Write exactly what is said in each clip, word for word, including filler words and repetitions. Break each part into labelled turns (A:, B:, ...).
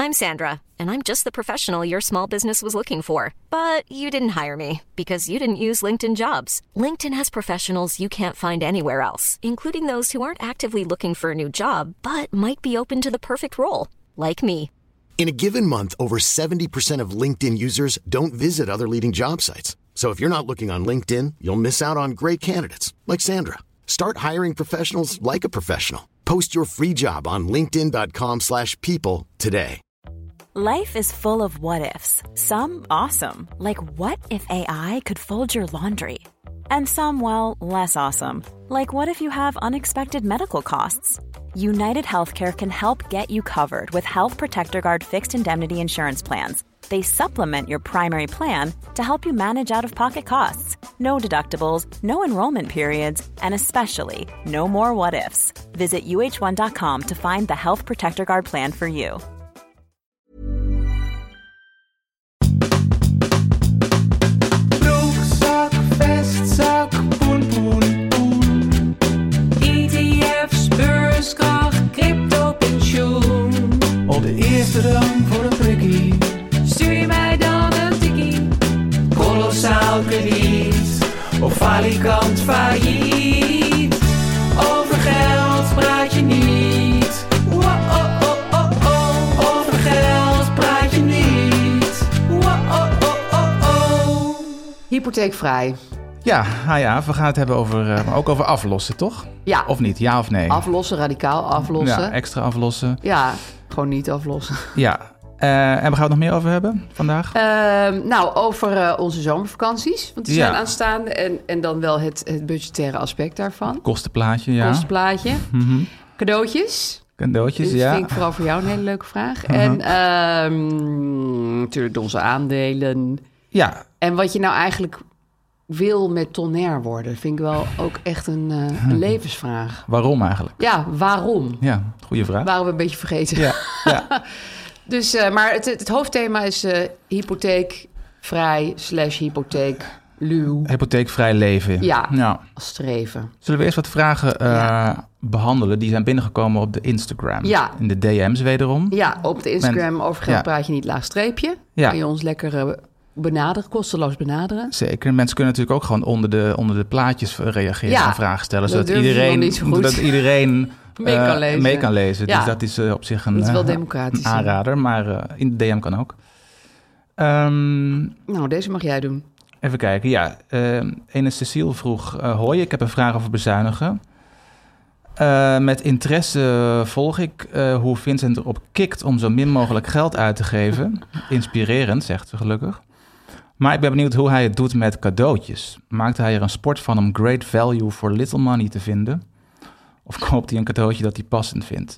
A: I'm Sandra, and I'm just the professional your small business was looking for. But you didn't hire me because you didn't use LinkedIn Jobs. LinkedIn has professionals you can't find anywhere else, including those who aren't actively looking for a new job, but might be open to the perfect role, like me.
B: In a given month, over seventy percent of LinkedIn users don't visit other leading job sites. So if you're not looking on LinkedIn, you'll miss out on great candidates like Sandra. Start hiring professionals like a professional. Post your free job on linkedin dot com slash people today.
C: Life is full of what-ifs. Some awesome, like what if A I could fold your laundry? And some, well, less awesome, like what if you have unexpected medical costs? United Healthcare can help get you covered with Health Protector Guard fixed indemnity insurance plans. They supplement your primary plan to help you manage out-of-pocket costs. No deductibles, no enrollment periods, and especially no more what-ifs. Visit U H one dot com to find the Health Protector Guard plan for you.
D: Broekzak, vestzak, poen, poen, poen. E T F's, beurskracht, crypto, pensioen. Op de eerste rang voor een prikkie. Stuur je mij dan een tikkie? Kolossaal krediet. Of falikant failliet. Over geld praat je niet. Wow-oh-oh-oh-oh. Over geld praat je niet. Wow-oh-oh-oh-oh.
E: Hypotheekvrij.
F: Ja, ah ja, we gaan het hebben over, uh, maar ook over aflossen, toch?
E: Ja.
F: Of niet, ja of nee?
E: Aflossen, radicaal aflossen.
F: Ja, extra aflossen.
E: Ja, gewoon niet aflossen.
F: Ja. Uh, en we gaan het nog meer over hebben vandaag?
E: Uh, nou, over uh, onze zomervakanties. Want die zijn
F: Ja.
E: aanstaande. En, en dan wel het, het budgettaire aspect daarvan.
F: Kostenplaatje, ja.
E: Kostenplaatje.
F: Mm-hmm.
E: Cadeautjes.
F: Cadeautjes,
E: Dat
F: ja.
E: vind ik vooral voor jou een hele leuke vraag.
F: Uh-huh.
E: En um, natuurlijk onze aandelen.
F: Ja.
E: En wat je nou eigenlijk wil met tonair worden, vind ik wel ook echt een, uh, een levensvraag.
F: Waarom eigenlijk?
E: Ja, waarom?
F: Ja, goede vraag.
E: Waren we een beetje vergeten.
F: Ja, ja.
E: Dus, uh, maar het, het hoofdthema is uh, hypotheekvrij slash hypotheekluw.
F: Hypotheekvrij leven.
E: Ja,
F: ja,
E: als streven.
F: Zullen we eerst wat vragen uh, ja. behandelen? Die zijn binnengekomen op de Instagram.
E: Ja.
F: In de D M's wederom.
E: Ja, op de Instagram
F: Men,
E: over geld
F: ja.
E: praat je niet laagstreepje.
F: Ja.
E: Kan je ons lekker uh, benaderen, kosteloos benaderen.
F: Zeker. Mensen kunnen natuurlijk ook gewoon onder de, onder de plaatjes reageren
E: ja.
F: en vragen stellen.
E: Dat
F: Zodat iedereen,
E: niet zo goed.
F: dat iedereen
E: mee kan lezen.
F: Uh, mee kan lezen.
E: Ja.
F: Dus dat is uh, op zich een,
E: dat is wel
F: uh,
E: democratisch,
F: een aanrader. Maar uh, in de D M kan ook. Um,
E: nou, deze mag jij doen.
F: Even kijken. Ja, uh, ene Cecile vroeg... Uh, hoi, ik heb een vraag over bezuinigen. Uh, met interesse volg ik uh, hoe Vincent erop kikt om zo min mogelijk geld uit te geven. Inspirerend, zegt ze gelukkig. Maar ik ben benieuwd hoe hij het doet met cadeautjes. Maakt hij er een sport van om great value for little money te vinden? Of koopt hij een cadeautje dat hij passend vindt?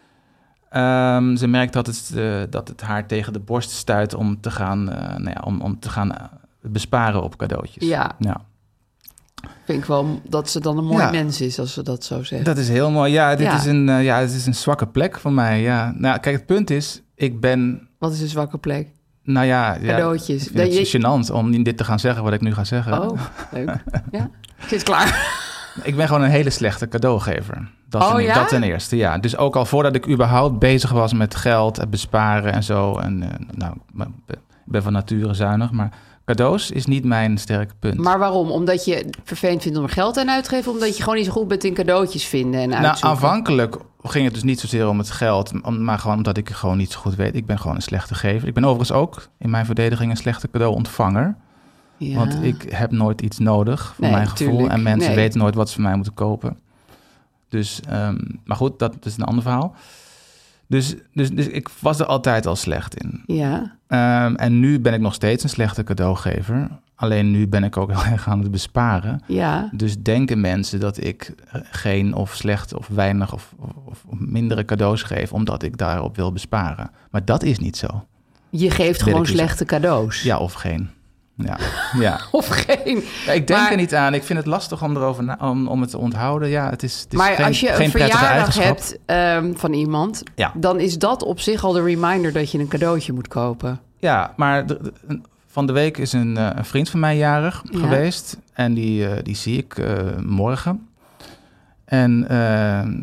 F: Um, ze merkt dat het, uh, dat het haar tegen de borst stuit om te gaan, uh, nou ja, om, om te gaan uh, besparen op cadeautjes.
E: Ja.
F: ja.
E: Vind ik wel dat ze dan een mooi
F: ja.
E: mens is, als ze dat zo zeggen.
F: Dat is heel mooi. Ja, dit
E: ja.
F: Is, een, uh, ja, het is een zwakke plek voor mij. Ja. Nou, kijk, het punt is, ik ben...
E: Wat is een zwakke plek?
F: Nou ja,
E: cadeautjes.
F: Ja, ik vind het
E: je...
F: gênant om dit te gaan zeggen wat ik nu ga zeggen.
E: Oh, leuk. Ja, ik zit klaar.
F: Ik ben gewoon een hele slechte cadeaugever. Dat,
E: oh,
F: ten,
E: ja?
F: dat ten eerste, ja. Dus ook al voordat ik überhaupt bezig was met geld en besparen en zo. En uh, nou, ik ben van nature zuinig, maar cadeaus is niet mijn sterke punt.
E: Maar waarom? Omdat je het vervelend vindt om er geld aan uit te geven? Omdat je gewoon niet zo goed bent in cadeautjes vinden en uitzoeken?
F: Nou, aanvankelijk ging het dus niet zozeer om het geld, maar gewoon omdat ik gewoon niet zo goed weet. Ik ben gewoon een slechte gever. Ik ben overigens ook in mijn verdediging een slechte cadeauontvanger. Ja. Want ik heb nooit iets nodig, voor nee, mijn gevoel. Tuurlijk. En mensen nee. weten nooit wat ze van mij moeten kopen. Dus, um, maar goed, dat is een ander verhaal. Dus, dus, dus ik was er altijd al slecht in.
E: Ja.
F: Um, en nu ben ik nog steeds een slechte cadeaugever. Alleen nu ben ik ook heel erg aan het besparen.
E: Ja.
F: Dus denken mensen dat ik geen of slecht of weinig of, of, of mindere cadeaus geef, omdat ik daarop wil besparen. Maar dat is niet zo.
E: Je geeft
F: Weet
E: gewoon slechte
F: zo.
E: cadeaus?
F: Ja, of geen. Ja, ja.
E: Of geen.
F: Ja, ik denk
E: maar,
F: er niet aan. Ik vind het lastig om, erover na, om, om het te onthouden. Ja, het is, het is
E: maar
F: geen,
E: als je
F: geen
E: een verjaardag
F: eigenschap.
E: hebt um, van iemand,
F: ja.
E: dan is dat op zich al de reminder dat je een cadeautje moet kopen.
F: Ja, maar de, de, van de week is een, uh, een vriend van mij jarig ja. geweest. En die, uh, die zie ik uh, morgen. En uh,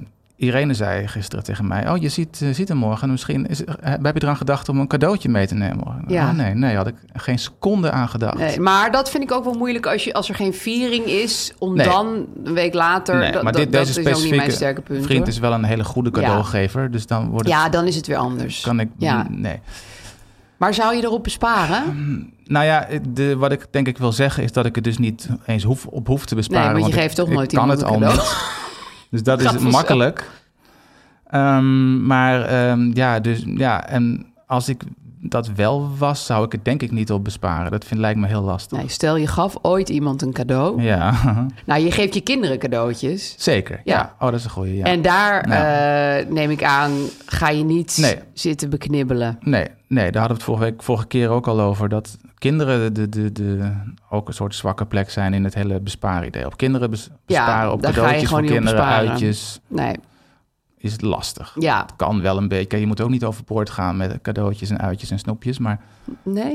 F: Irene zei gisteren tegen mij... oh, je ziet, uh, ziet hem morgen. Misschien is, uh, heb je eraan gedacht om een cadeautje mee te nemen?
E: Ja.
F: Oh, nee, nee, had ik geen seconde aan gedacht.
E: Nee, maar dat vind ik ook wel moeilijk als, je, als er geen viering is... om
F: nee.
E: dan een week later...
F: Nee,
E: dat,
F: maar dit,
E: dat
F: deze
E: is ook niet mijn sterke
F: specifieke
E: punt.
F: vriend
E: hoor.
F: is wel een hele goede cadeaugever.
E: Ja.
F: Dus dan wordt het...
E: Ja, dan is het weer anders.
F: Kan ik...
E: Ja.
F: Nee.
E: Maar zou je erop besparen?
F: Um, nou ja, de, wat ik denk ik wil zeggen... is dat ik het dus niet eens hoef, op hoef te besparen.
E: Nee, want je
F: want
E: geeft
F: ik,
E: toch nooit
F: ik kan
E: iemand
F: het
E: een
F: al
E: cadeau.
F: niet. Dus dat
E: Gaat
F: is
E: vanzelf.
F: makkelijk. Um, maar um, ja, dus ja, en als ik dat wel was, zou ik het denk ik niet op besparen. Dat vind, lijkt me heel lastig.
E: Nee, stel je gaf ooit iemand een cadeau.
F: Ja.
E: Nou, je geeft je kinderen cadeautjes.
F: Zeker, ja.
E: Ja.
F: Oh, dat is een goeie, ja.
E: En daar
F: Ja.
E: uh, neem ik aan, ga je niet
F: Nee.
E: zitten beknibbelen.
F: Nee, nee, daar hadden we het vorige, week, vorige keer ook al over. Dat kinderen de, de, de, ook een soort zwakke plek zijn in het hele bespaaridee. Op kinderen bes, besparen,
E: Ja,
F: op
E: daar ga je
F: cadeautjes
E: gewoon
F: voor
E: niet op
F: kinderen,
E: besparen.
F: uitjes,
E: Nee,
F: is het lastig.
E: ja.
F: Het kan wel een beetje. Je moet ook niet overboord gaan met cadeautjes en uitjes en snoepjes. Maar
E: Nee?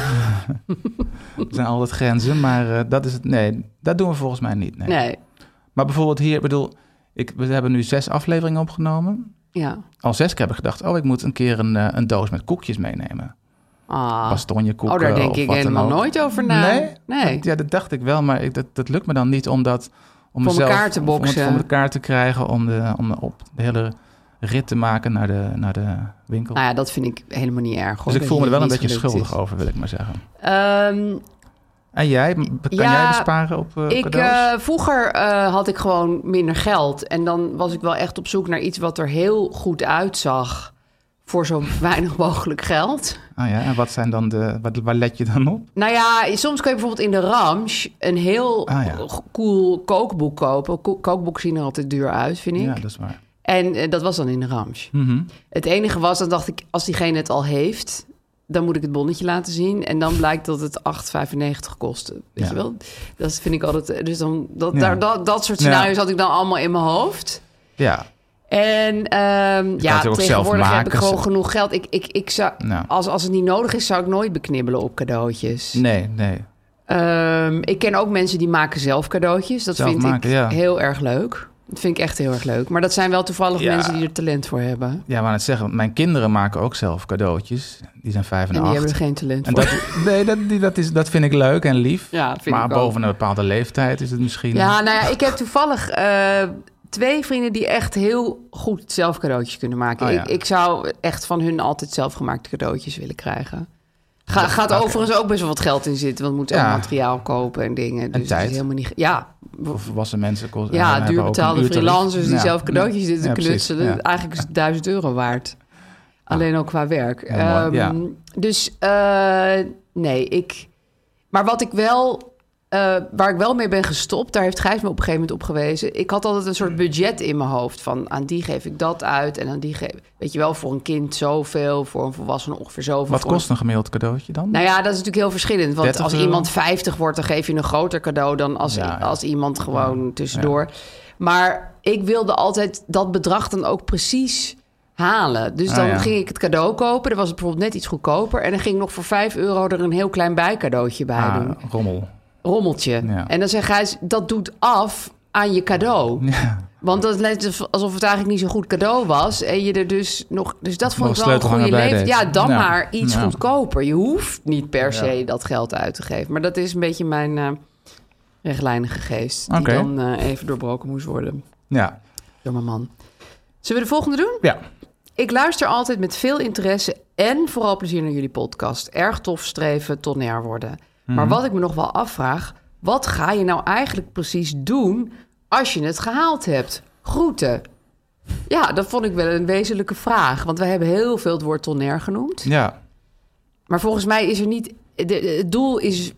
F: er zijn altijd grenzen. Maar uh, dat is het. Nee, dat doen we volgens mij niet. Nee.
E: Nee,
F: Maar bijvoorbeeld hier, ik bedoel, ik, we hebben nu zes afleveringen opgenomen.
E: ja.
F: Al zes keer heb ik gedacht, oh, ik moet een keer een, uh, een doos met koekjes meenemen.
E: Ah.
F: Bastonjekoeken.
E: Oh, daar denk
F: of
E: ik
F: wat dan
E: helemaal
F: ook.
E: nooit over na.
F: Nee?
E: Nee.
F: Ja, dat dacht ik wel, maar ik, dat, dat lukt me dan niet om dat... Om
E: Voor
F: mezelf,
E: elkaar te boksen.
F: Om het voor elkaar te krijgen, om de, om de, op de hele rit te maken naar de, naar de winkel.
E: Nou ja, dat vind ik helemaal niet erg. Hoor,
F: dus ik
E: dat
F: voel me er
E: je
F: wel een
E: niet
F: beetje
E: gelukt
F: schuldig
E: is.
F: over, wil ik maar zeggen.
E: Um,
F: En jij? Kan
E: Ja,
F: jij besparen op uh,
E: ik,
F: cadeaus?
E: uh, vroeger uh, had ik gewoon minder geld. En dan was ik wel echt op zoek naar iets wat er heel goed uitzag. Voor zo weinig mogelijk geld.
F: Ah ja, en wat zijn dan de... Wat, waar let je dan op?
E: Nou ja, soms kun je bijvoorbeeld in de Ramsch een heel
F: Ah, ja.
E: cool kookboek kopen. Ko- Kookboeken zien er altijd duur uit, vind ik.
F: Ja, dat is waar.
E: En uh, dat was dan in de Ramsch.
F: Mm-hmm.
E: Het enige was, dan dacht ik, als diegene het al heeft, dan moet ik het bonnetje laten zien. En dan blijkt dat het acht vijfennegentig kostte. Weet
F: Ja.
E: je wel? Dat vind ik altijd... Dus dan, dat,
F: Ja.
E: daar, dat, dat soort scenario's had ik dan allemaal in mijn hoofd.
F: Ja,
E: En um, ja,
F: het ook zelf
E: tegenwoordig heb ik
F: maken.
E: gewoon genoeg geld. Ik, ik, ik zou,
F: Nou.
E: als, als het niet nodig is, zou ik nooit beknibbelen op cadeautjes.
F: nee, nee.
E: Um, ik ken ook mensen die maken zelf cadeautjes. Dat
F: Zelf
E: vind
F: maken,
E: ik
F: ja.
E: heel erg leuk. Dat vind ik echt heel erg leuk. Maar dat zijn wel toevallig
F: Ja.
E: mensen die er talent voor hebben.
F: Ja, maar het zeggen, mijn kinderen maken ook zelf cadeautjes. Die zijn vijf en,
E: En die
F: acht.
E: hebben er geen talent
F: En
E: voor.
F: dat, nee, dat, die, dat, is, dat vind ik leuk en lief.
E: Ja, vind
F: maar
E: ik ook.
F: boven een bepaalde leeftijd is het misschien...
E: Ja, nou ja, ik heb toevallig uh, twee vrienden die echt heel goed zelf cadeautjes kunnen maken.
F: Oh, ja.
E: ik, ik zou echt van hun altijd zelfgemaakte cadeautjes willen krijgen. Ga,
F: Ja,
E: gaat
F: oké.
E: overigens ook best wel wat geld in zitten. Want we moeten
F: Ja.
E: ook materiaal kopen en dingen. Dus het
F: tijd.
E: is helemaal niet... Ja,
F: Voor volwassen mensen kost,
E: ja
F: hebben ook een
E: duurbetaalde
F: uurtarief.
E: freelancers die
F: Ja.
E: zelf cadeautjes zitten
F: Ja,
E: te
F: precies,
E: knutselen.
F: ja.
E: Eigenlijk is het duizend euro waard. Alleen ook qua werk.
F: Heel mooi,
E: Ehm,
F: ja.
E: Dus uh, nee, ik... Maar wat ik wel... Uh, waar ik wel mee ben gestopt, daar heeft Gijs me op een gegeven moment op gewezen. Ik had altijd een soort budget in mijn hoofd van aan die geef ik dat uit en aan die geef, weet je wel, voor een kind zoveel, voor een volwassene ongeveer zoveel.
F: Wat
E: voor
F: kost een gemiddeld cadeautje dan?
E: Nou ja, dat is natuurlijk heel verschillend. Want
F: dertig
E: als
F: euro?
E: iemand vijftig wordt, dan geef je een groter cadeau dan als,
F: Ja, ja.
E: als iemand gewoon tussendoor. Maar ik wilde altijd dat bedrag dan ook precies halen. Dus
F: Ah,
E: dan
F: ja.
E: ging ik het cadeau kopen. Dan was het bijvoorbeeld net iets goedkoper. En dan ging ik nog voor vijf euro er een heel klein bijcadeautje bij
F: Ah,
E: doen.
F: rommel.
E: Rommeltje.
F: Ja.
E: En dan zeg hij, dat doet af aan je cadeau.
F: Ja.
E: Want dat lijkt alsof het eigenlijk niet zo'n goed cadeau was. En je er dus nog... Dus dat vond
F: Nog
E: ik wel een goede
F: sleutelhanger bij
E: leven.
F: deed.
E: Ja, dan
F: Ja.
E: maar iets
F: Ja.
E: goedkoper. Je hoeft niet per se
F: Ja.
E: dat geld uit te geven. Maar dat is een beetje mijn uh, rechtlijnige geest. Die
F: Oké.
E: dan uh, even doorbroken moest worden
F: Ja.
E: door mijn man. Zullen we de volgende doen?
F: Ja.
E: Ik luister altijd met veel interesse en vooral plezier naar jullie podcast. Erg tof streven tonner worden. Maar wat ik me nog wel afvraag... wat ga je nou eigenlijk precies doen als je het gehaald hebt? Groeten. Ja, dat vond ik wel een wezenlijke vraag. Want wij hebben heel veel het woord tonner genoemd.
F: Ja.
E: Maar volgens mij is er niet... de- het doel is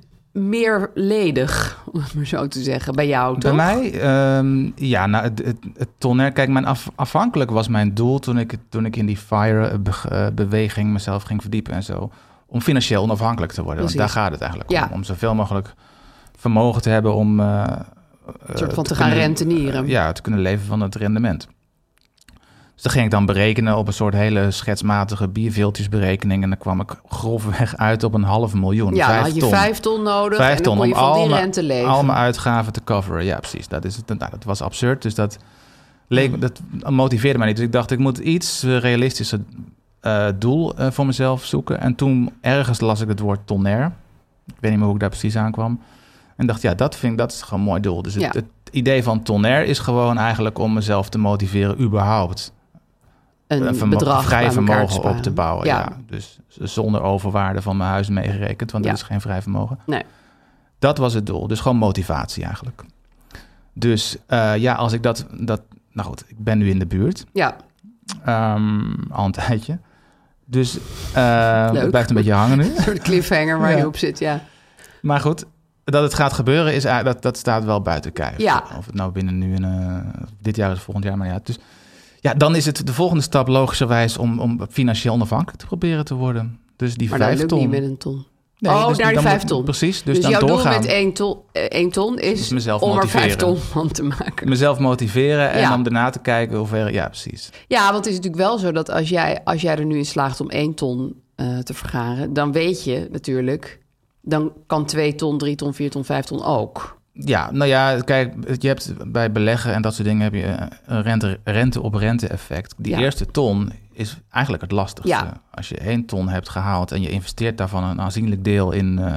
E: meerledig, om het maar zo te zeggen. Bij jou, toch?
F: Bij mij, ehm, ja, nou, het, het, het tonner... Kijk, mijn af, afhankelijk was mijn doel toen ik, toen ik in die FIRE-beweging mezelf ging verdiepen en zo... om financieel onafhankelijk te worden. Want
E: Precies.
F: daar gaat het eigenlijk
E: Ja.
F: om. Om zoveel mogelijk vermogen te hebben om... uh,
E: Een soort van te gaan rentenieren.
F: Ja, te kunnen leven van het rendement. Dus dat ging ik dan berekenen op een soort hele schetsmatige bierveeltjesberekening. En dan kwam ik grofweg uit op een half miljoen.
E: Ja, dan
F: vijf
E: had je
F: ton.
E: vijf ton nodig
F: Vijf
E: en dan
F: ton
E: kon je
F: om
E: van
F: al
E: die
F: mijn-
E: rente leven.
F: al mijn uitgaven te coveren. Ja, precies. Dat, is het. Nou, dat was absurd. Dus dat leek, dat motiveerde mij niet. Dus ik dacht, ik moet iets realistischer uh, doel uh, voor mezelf zoeken. En toen ergens las ik het woord tonner. Ik weet niet meer hoe ik daar precies aankwam. En dacht, ja, dat vind ik, dat is gewoon een mooi doel. Dus het, ja. het idee van tonner is gewoon eigenlijk om mezelf te motiveren überhaupt
E: een,
F: een vermo-
E: bedrag
F: vrij vermogen
E: te
F: op te bouwen. Ja. Ja. Dus zonder overwaarde van mijn huis meegerekend, want ja. dat is geen vrij vermogen.
E: Nee.
F: Dat was het doel. Dus gewoon motivatie eigenlijk. Dus uh, ja, als ik dat, dat... Nou goed, ik ben nu in de buurt.
E: Ja.
F: Um, al een tijdje. Dus uh, het blijft een beetje hangen nu.
E: Een soort cliffhanger waar ja. je op zit, ja.
F: Maar goed, dat het gaat gebeuren, is, dat, dat staat wel buiten kijf.
E: Ja.
F: Of het nou binnen nu en uh, dit jaar is volgend jaar, maar ja. Dus ja, dan is het de volgende stap logischerwijs om, om financieel onafhankelijk te proberen te worden. Dus die
E: maar
F: vijf
E: dat
F: ton.
E: lukt niet met een ton.
F: Nee,
E: oh,
F: dus
E: naar die
F: dan
E: vijf
F: moet,
E: ton.
F: Precies, dus,
E: dus
F: dan
E: jouw
F: doorgaan.
E: doel met één ton, één ton is
F: dus mezelf
E: om
F: motiveren.
E: er vijf ton van te maken.
F: Mezelf motiveren en
E: ja.
F: om daarna te kijken hoe ver... Ja, precies.
E: Ja, want het is natuurlijk wel zo dat als jij, als jij er nu in slaagt om één ton uh, te vergaren, dan weet je natuurlijk, dan kan twee ton, drie ton, vier ton, vijf ton ook.
F: Ja, nou ja, kijk, je hebt bij beleggen en dat soort dingen heb je een rente, rente op rente effect. Die ja. eerste ton is eigenlijk het lastigste.
E: Ja.
F: Als je één ton hebt gehaald en je investeert daarvan een aanzienlijk deel in uh,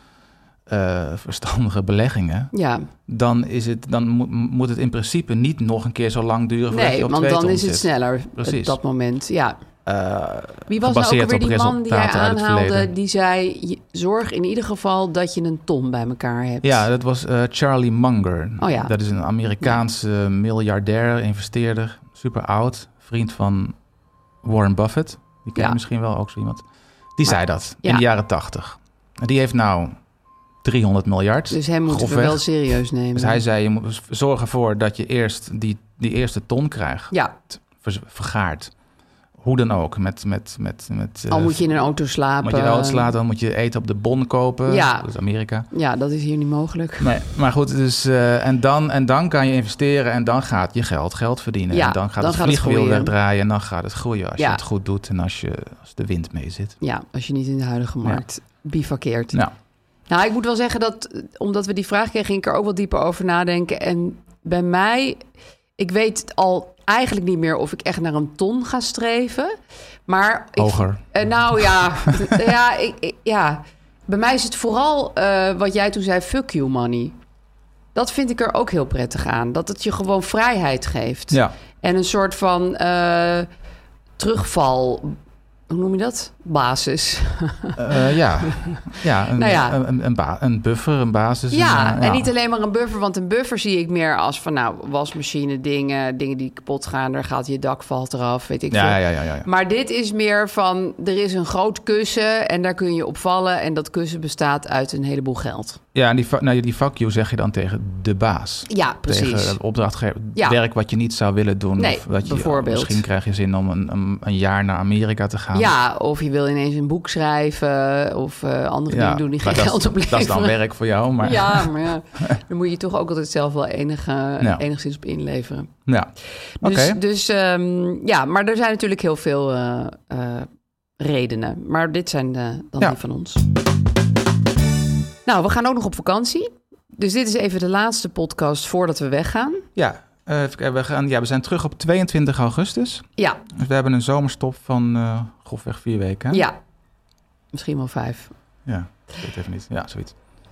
F: uh, verstandige beleggingen,
E: ja.
F: dan, is het, dan mo- moet het in principe niet nog een keer zo lang duren voordat
E: nee,
F: je op
E: want
F: twee
E: dan
F: ton
E: is het
F: zit.
E: sneller
F: Precies.
E: op dat moment, ja.
F: Uh,
E: Wie was nou ook weer die man die jij aanhaalde, die zei, zorg in ieder geval dat je een ton bij elkaar hebt.
F: Ja, dat was uh, Charlie Munger.
E: Oh ja.
F: Dat is een Amerikaanse ja. miljardair, investeerder, super oud, vriend van Warren Buffett. Die ken je ja. misschien wel, ook zo iemand. Die maar, zei dat ja. in de jaren tachtig. En die heeft nou driehonderd miljard.
E: Dus hem moeten we wel serieus nemen.
F: Dus hij zei, je moet zorgen ervoor dat je eerst die, die eerste ton krijgt.
E: Ja.
F: Vergaard. Hoe dan ook, met... met, met, met
E: Al moet je in een auto slapen.
F: Moet je in een auto slapen, dan moet je eten op de bon kopen.
E: Ja.
F: Dat is Amerika.
E: Ja, dat is hier niet mogelijk.
F: Nee, maar goed, dus, uh, en, dan, en dan kan je investeren en dan gaat je geld geld verdienen.
E: Ja,
F: en dan gaat
E: dan
F: het
E: gaat
F: vliegwiel
E: het
F: wegdraaien en dan gaat het groeien als
E: ja.
F: je het goed doet en als, je, als de wind mee zit.
E: Ja, als je niet in de huidige markt ja. bivakkeert.
F: Ja.
E: Nou, ik moet wel zeggen dat, omdat we die vraag kregen, ging ik er ook wat dieper over nadenken. En bij mij, ik weet al eigenlijk niet meer of ik echt naar een ton ga streven. Maar ik,
F: Hoger.
E: Uh, nou ja, ja, ik, ik, ja, bij mij is het vooral uh, wat jij toen zei, fuck you money. Dat vind ik er ook heel prettig aan. Dat het je gewoon vrijheid geeft.
F: Ja.
E: En een soort van uh, terugval... Hoe noem je dat? Basis.
F: Uh, ja, ja, een,
E: nou ja.
F: Een, een, een, ba- een buffer, een basis.
E: Ja,
F: een, uh,
E: en
F: ja.
E: niet alleen maar een buffer. Want een buffer zie ik meer als van, nou, wasmachine dingen, dingen die kapot gaan. Er gaat je dak valt eraf, weet ik
F: ja,
E: veel.
F: Ja, ja, ja, ja.
E: Maar dit is meer van, er is een groot kussen en daar kun je op vallen. En dat kussen bestaat uit een heleboel geld.
F: Ja, en die, nou, die fuck you zeg je dan tegen de baas.
E: Ja, precies.
F: Tegen de opdrachtgever.
E: Ja.
F: Werk wat je niet zou willen doen.
E: Nee,
F: of dat je,
E: bijvoorbeeld.
F: Misschien krijg je zin om een, een, een jaar naar Amerika te gaan.
E: Ja, of je wil ineens een boek schrijven of uh, andere
F: ja,
E: dingen doen die geen geld
F: is,
E: opleveren.
F: Dat is dan werk voor jou. Maar...
E: Ja, maar ja, dan moet je toch ook altijd zelf wel enige, ja. enigszins op inleveren.
F: Ja, oké.
E: Dus, dus um, ja, maar er zijn natuurlijk heel veel uh, uh, redenen. Maar dit zijn de, dan ja. die van ons. Nou, we gaan ook nog op vakantie. Dus dit is even de laatste podcast voordat we weggaan.
F: Ja, uh, we, gaan, ja we zijn terug op tweeëntwintig augustus.
E: Ja.
F: Dus we hebben een zomerstop van uh, grofweg vier weken. Hè?
E: Ja, misschien wel vijf.
F: Ja, ik weet even niet. Ja, zoiets.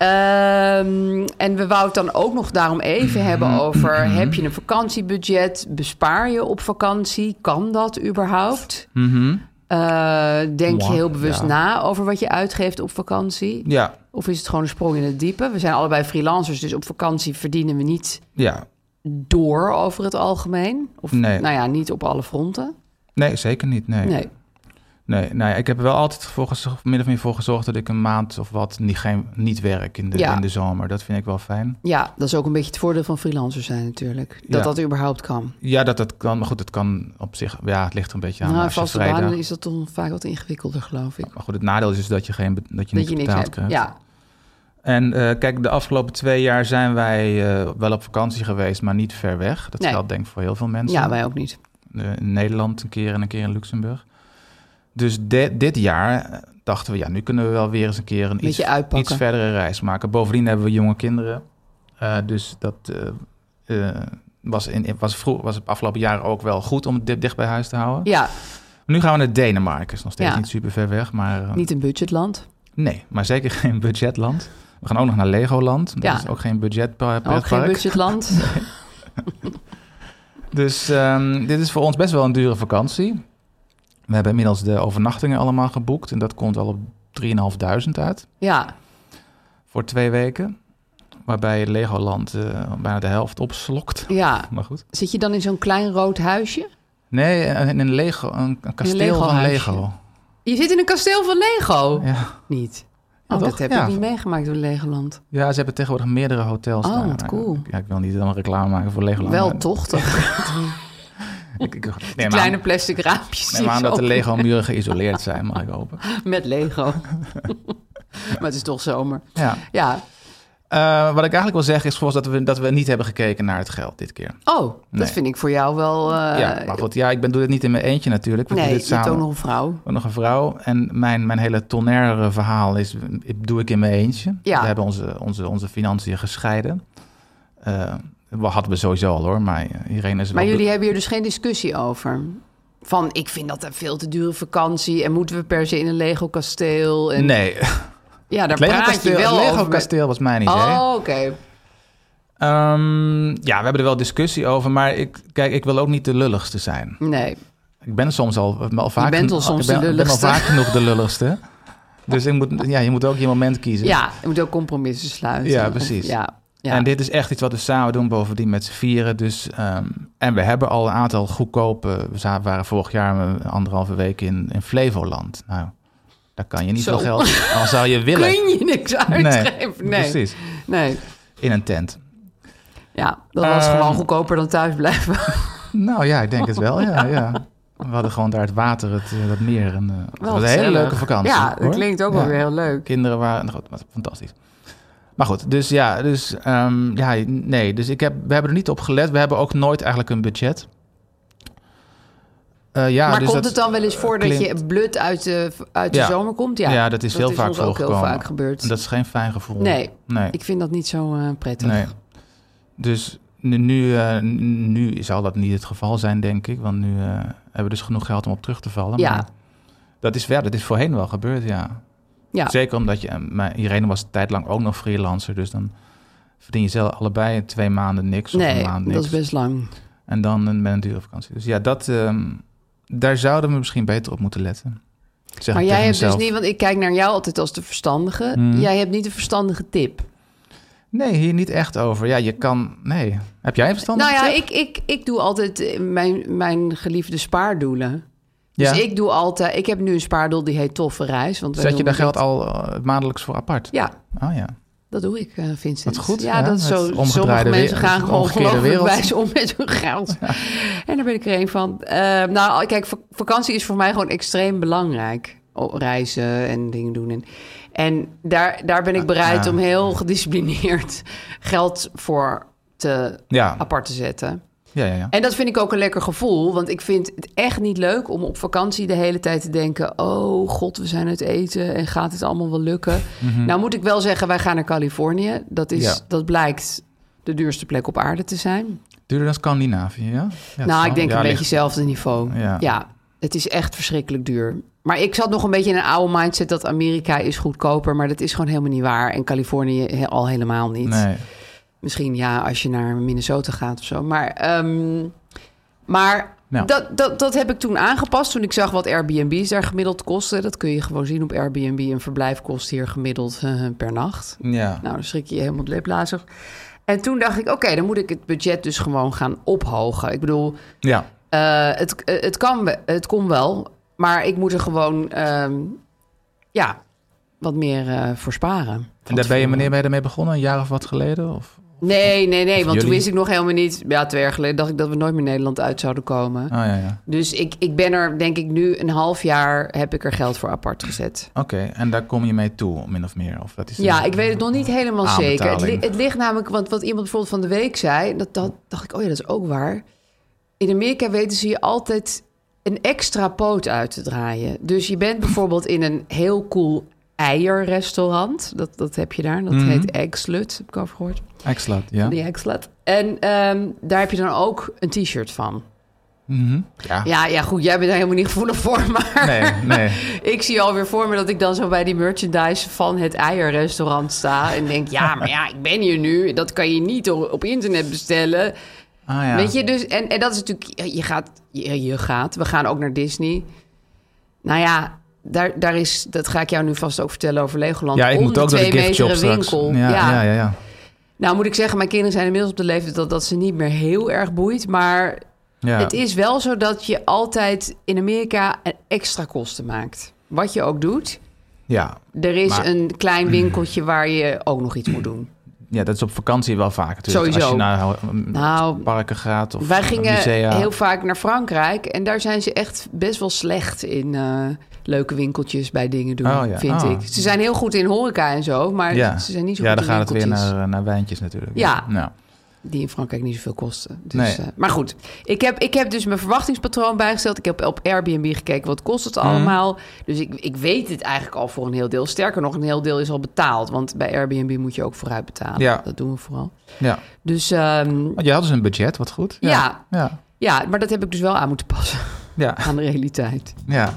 E: Um, en we wouden het dan ook nog daarom even mm-hmm. hebben over... Mm-hmm. Heb je een vakantiebudget? Bespaar je op vakantie? Kan dat überhaupt?
F: Mm-hmm.
E: Uh, denk
F: Mwah,
E: je heel bewust
F: ja.
E: na over wat je uitgeeft op vakantie?
F: Ja.
E: Of is het gewoon een sprong in het diepe? We zijn allebei freelancers, dus op vakantie verdienen we niet
F: ja.
E: door over het algemeen. Of
F: nee.
E: nou ja, niet op alle fronten.
F: Nee, zeker niet. Nee.
E: Nee.
F: Nee, nou ja, ik heb er wel altijd voor gezorgd, min of meer voor gezorgd dat ik een maand of wat niet, geen, niet werk in de,
E: ja.
F: in de zomer. Dat vind ik wel fijn.
E: Ja, dat is ook een beetje het voordeel van freelancers zijn natuurlijk. Dat
F: ja.
E: dat überhaupt kan.
F: Ja, dat dat kan. Maar goed, het kan op zich... Ja, het ligt er een beetje aan.
E: Nou,
F: als
E: vaste
F: vrijdag...
E: banen is dat toch vaak wat ingewikkelder, geloof ik.
F: Maar goed, het nadeel is dus dat je, geen, dat je, dat je niks betaald krijgt.
E: Ja.
F: En uh, kijk, de afgelopen twee jaar zijn wij uh, wel op vakantie geweest, maar niet ver weg. Dat nee. geldt denk ik voor heel veel mensen.
E: Ja, wij ook niet.
F: Uh, in Nederland een keer en een keer in Luxemburg. Dus de, dit jaar dachten we, ja, nu kunnen we wel weer eens een keer een iets, iets verdere reis maken. Bovendien hebben we jonge kinderen. Uh, dus dat, uh, uh, was, in, was, vroeg, was het afgelopen jaren ook wel goed om het dicht bij huis te houden.
E: Ja.
F: Nu gaan we naar Denemarken. Is nog steeds
E: Ja.
F: niet super ver weg. Maar, uh,
E: Niet een budgetland.
F: Nee, maar zeker geen budgetland. We gaan ook nog naar Legoland. Dat
E: Ja.
F: is ook geen budgetpark.
E: Ook geen budgetland.
F: Dus um, dit is voor ons best wel een dure vakantie. We hebben inmiddels de overnachtingen allemaal geboekt. En dat komt al op drieduizend vijfhonderd uit.
E: Ja.
F: Voor twee weken. Waarbij Legoland uh, bijna de helft opslokt.
E: Ja.
F: Maar goed.
E: Zit je dan in zo'n klein rood huisje?
F: Nee, in een, Lego, een, een kasteel
E: Lego
F: van
E: huisje.
F: Lego.
E: Je zit in een kasteel van Lego?
F: Ja.
E: Niet?
F: Ja,
E: Oh,
F: toch?
E: dat heb
F: Ja.
E: ik niet meegemaakt door Legoland.
F: Ja, ze hebben tegenwoordig meerdere hotels.
E: Oh,
F: daar.
E: wat cool.
F: Ja, ik wil niet dan reclame maken voor Legoland.
E: Wel
F: maar-
E: toch? toch?
F: Ik, ik,
E: Die
F: neem
E: kleine
F: aan,
E: plastic raampjes.
F: neem
E: die
F: aan
E: zo
F: dat de
E: open-
F: Lego-muren geïsoleerd zijn, mag ik hopen.
E: Met Lego. Maar het is toch zomer.
F: Ja.
E: Ja.
F: Uh, wat ik eigenlijk wil zeggen is volgens dat we, dat we niet hebben gekeken naar het geld dit keer.
E: Oh, dat
F: Nee.
E: vind ik voor jou wel... uh,
F: ja, maar goed, ja, ik ben, doe dit niet in mijn eentje natuurlijk. We
E: Nee,
F: doen
E: je
F: dit
E: hebt
F: samen.
E: ook nog een vrouw.
F: Ook nog een vrouw. En mijn, mijn hele tonaire verhaal is, ik doe ik in mijn eentje.
E: Ja.
F: We hebben onze, onze, onze financiën gescheiden. Uh, we hadden we sowieso al hoor, maar iedereen is wel...
E: Maar jullie hebben hier dus geen discussie over? Van, ik vind dat een veel te dure vakantie... en moeten we per se in een Lego-kasteel? En...
F: Nee,
E: Ja, daar
F: het
E: praat je
F: Lego-kasteel,
E: wel
F: het
E: over.
F: Lego-kasteel was mijn idee.
E: Oh, oké.
F: Um, ja, we hebben er wel discussie over, maar ik, kijk, ik wil ook niet de lulligste zijn.
E: Nee.
F: Ik ben soms al, al vaak...
E: bent al soms
F: ik ben,
E: de
F: ik ben al
E: lulligste.
F: vaak genoeg de lulligste. Dus ik moet, ja, je moet ook je moment kiezen.
E: Ja, je moet ook compromissen sluiten.
F: Ja,
E: Of-
F: precies.
E: ja, ja.
F: En dit is echt iets wat we samen doen, bovendien met z'n vieren. Dus, um, en we hebben al een aantal goedkope... We za- waren vorig jaar een anderhalve week in, in Flevoland. Nou, daar kan je niet
E: Zo.
F: veel geld... Al zou je willen.
E: Kun je niks uitgeven? Nee.
F: Precies.
E: Nee.
F: In een tent.
E: Ja, dat was
F: Ehm,
E: gewoon goedkoper dan thuis blijven.
F: Nou ja, ik denk het wel, ja. ja. We hadden gewoon daar het water, het, eh, het meer. En, uh, het
E: Wel
F: was een hele
E: gezellig.
F: leuke vakantie.
E: Ja, dat
F: hoor.
E: klinkt ook
F: Ja.
E: wel weer heel leuk.
F: Kinderen waren... Nou, goed, was fantastisch. Maar goed, dus ja, dus, um, ja nee. Dus ik heb, we hebben er niet op gelet. We hebben ook nooit eigenlijk een budget. Uh, ja,
E: maar
F: dus
E: komt
F: dat
E: het dan wel eens voor dat
F: klinkt-
E: je blut uit de, uit de
F: Ja.
E: zomer komt? Ja,
F: Ja, dat is heel vaak
E: ons ook heel
F: voorgekomen.
E: vaak gebeurd.
F: En dat is geen fijn gevoel.
E: Nee,
F: Nee.
E: ik vind dat niet zo uh, prettig.
F: nee. Dus nu, nu, uh, nu zal dat niet het geval zijn, denk ik. Want nu uh, hebben we dus genoeg geld om op terug te vallen.
E: Ja.
F: Maar dat is, ja, dat is voorheen wel gebeurd, ja.
E: Ja.
F: Zeker omdat je... Maar Irene was een tijd lang ook nog freelancer. Dus dan verdien je zelf allebei twee maanden niks of een
E: Nee,
F: maand niks.
E: dat is best lang.
F: En dan een, met een dure vakantie. Dus ja, dat, um, daar zouden we misschien beter op moeten letten. Zeg
E: Maar
F: ik
E: jij
F: tegen
E: hebt dus
F: mezelf.
E: niet, want ik kijk naar jou altijd als de verstandige.
F: Hmm.
E: Jij hebt niet een verstandige tip.
F: Nee, hier niet echt over. Ja, je kan... Nee. Heb jij een verstandige
E: Nou ja,
F: tip?
E: ik, ik, ik doe altijd eh, mijn, mijn geliefde spaardoelen.
F: Ja.
E: Dus ik doe altijd... Ik heb nu een spaardoel die heet Toffe Reis. Want wij
F: Zet je daar
E: noemen
F: geld
E: dit-
F: al uh, maandelijks voor apart?
E: Ja,
F: Oh ja.
E: dat doe ik, uh, Vincent.
F: Wat goed,
E: Ja,
F: ja,
E: dat is
F: het
E: zo.
F: omgedraaide
E: Sommige mensen
F: wereld,
E: gaan gewoon
F: omgekeerde
E: gelooflijk
F: wereld.
E: wijs om met hun geld. En daar ben ik er een van. Uh, nou, kijk, vak- vakantie is voor mij gewoon extreem belangrijk. O, reizen en dingen doen. En, en daar, daar ben ik bereid
F: Ja.
E: om heel gedisciplineerd geld voor te
F: Ja.
E: apart te zetten.
F: Ja, ja, ja.
E: En dat vind ik ook een lekker gevoel. Want ik vind het echt niet leuk om op vakantie de hele tijd te denken... oh god, we zijn het eten en gaat het allemaal wel lukken?
F: Mm-hmm.
E: Nou moet ik wel zeggen, wij gaan naar Californië. Dat, is,
F: Ja.
E: dat blijkt de duurste plek op aarde te zijn.
F: Duurder dan Scandinavië, ja? Ja,
E: nou,
F: het
E: ik denk
F: ja,
E: een beetje
F: ligt-
E: hetzelfde niveau.
F: Ja.
E: Ja, het is echt verschrikkelijk duur. Maar ik zat nog een beetje in een oude mindset dat Amerika is goedkoper. Maar dat is gewoon helemaal niet waar. En Californië he- al helemaal niet.
F: Nee.
E: Misschien ja, als je naar Minnesota gaat of zo. Maar, ehm, maar
F: Ja.
E: dat, dat, dat heb ik toen aangepast. Toen ik zag wat Airbnb's daar gemiddeld kosten. Dat kun je gewoon zien op Airbnb. Een verblijf kost hier gemiddeld uh, per nacht.
F: Ja.
E: Nou, dan schrik je je helemaal leplazig. En toen dacht ik, oké, dan moet ik het budget dus gewoon gaan ophogen. Ik bedoel,
F: Ja.
E: uh, het, uh, het, kan, we- het kon wel. Maar ik moet er gewoon, ehm, ja, wat meer uh, voor sparen.
F: En
E: Van
F: daar ben je,
E: tevoren.
F: wanneer ben je ermee begonnen? Een jaar of wat geleden? Of?
E: Nee, nee, nee. Want toen
F: jullie?
E: wist ik nog helemaal niet... Ja, twee jaar geleden dacht ik dat we nooit meer Nederland uit zouden komen.
F: Oh ja, ja.
E: Dus ik, ik ben er, denk ik, nu een half jaar... heb ik er geld voor apart gezet.
F: Oké, en daar kom je mee toe, min of meer? Of dat is
E: Ja,
F: een-
E: ik weet het nog niet helemaal zeker. Het, li-
F: aanbetaling.
E: het ligt namelijk... Want wat iemand bijvoorbeeld van de week zei... Dat, dat dacht ik, oh ja, dat is ook waar. In Amerika weten ze je altijd een extra poot uit te draaien. Dus je bent bijvoorbeeld in een heel cool eierrestaurant. Dat, dat heb je daar. Dat
F: Mhm.
E: heet Eggslut, heb ik over gehoord.
F: Excellent, ja.
E: Die Eggslut. En ehm, daar heb je dan ook een t-shirt van.
F: Mhm. Ja.
E: Ja, ja, goed. Jij bent daar helemaal niet gevoelig voor, maar...
F: Nee, nee.
E: Ik zie alweer voor me dat ik dan zo bij die merchandise van het eierrestaurant sta. En denk, ja, maar ja, ik ben hier nu. Dat kan je niet op, op internet bestellen.
F: Ah, ja.
E: Weet je, dus... En, en dat is natuurlijk... Je gaat, je, je gaat... We gaan ook naar Disney. Nou ja, daar, daar is... Dat ga ik jou nu vast ook vertellen over Legoland.
F: Ja, ik
E: Om
F: moet
E: de
F: ook naar de
E: twee
F: gift shop
E: meter
F: straks.
E: winkel.
F: Ja, ja, ja, ja.
E: Nou, moet ik zeggen, mijn kinderen zijn inmiddels op de leeftijd... dat, dat ze niet meer heel erg boeit, maar...
F: Ja.
E: Het is wel zo dat je altijd in Amerika een extra kosten maakt. Wat je ook doet.
F: Ja.
E: Er is
F: Maar-
E: een klein winkeltje waar je ook nog iets moet doen.
F: Ja, dat is op vakantie wel vaak natuurlijk.
E: Sowieso.
F: Als je naar um,
E: Nou,
F: parken gaat of
E: Wij gingen
F: musea.
E: heel vaak naar Frankrijk. En daar zijn ze echt best wel slecht in uh, leuke winkeltjes bij dingen doen,
F: Oh ja.
E: vind
F: Oh.
E: ik. Ze zijn heel goed in horeca en zo, maar
F: Ja.
E: ze zijn niet zo
F: Ja,
E: goed
F: dan
E: in
F: gaat het weer
E: winkeltjes.
F: naar, naar wijntjes natuurlijk.
E: Ja.
F: Nou.
E: Die in Frankrijk niet zoveel kosten. Dus,
F: Nee.
E: uh, maar goed, ik heb, ik heb dus mijn verwachtingspatroon bijgesteld. Ik heb op Airbnb gekeken, wat kost het allemaal? Dus ik, ik weet het eigenlijk al voor een heel deel. Sterker nog, een heel deel is al betaald. Want bij Airbnb moet je ook vooruit betalen.
F: Ja.
E: Dat doen we vooral.
F: Ja.
E: Dus um,
F: Je had dus een budget, wat goed.
E: ja. Ja.
F: Ja.
E: ja, maar dat heb ik dus wel aan moeten passen.
F: Ja.
E: Aan de realiteit.
F: Ja.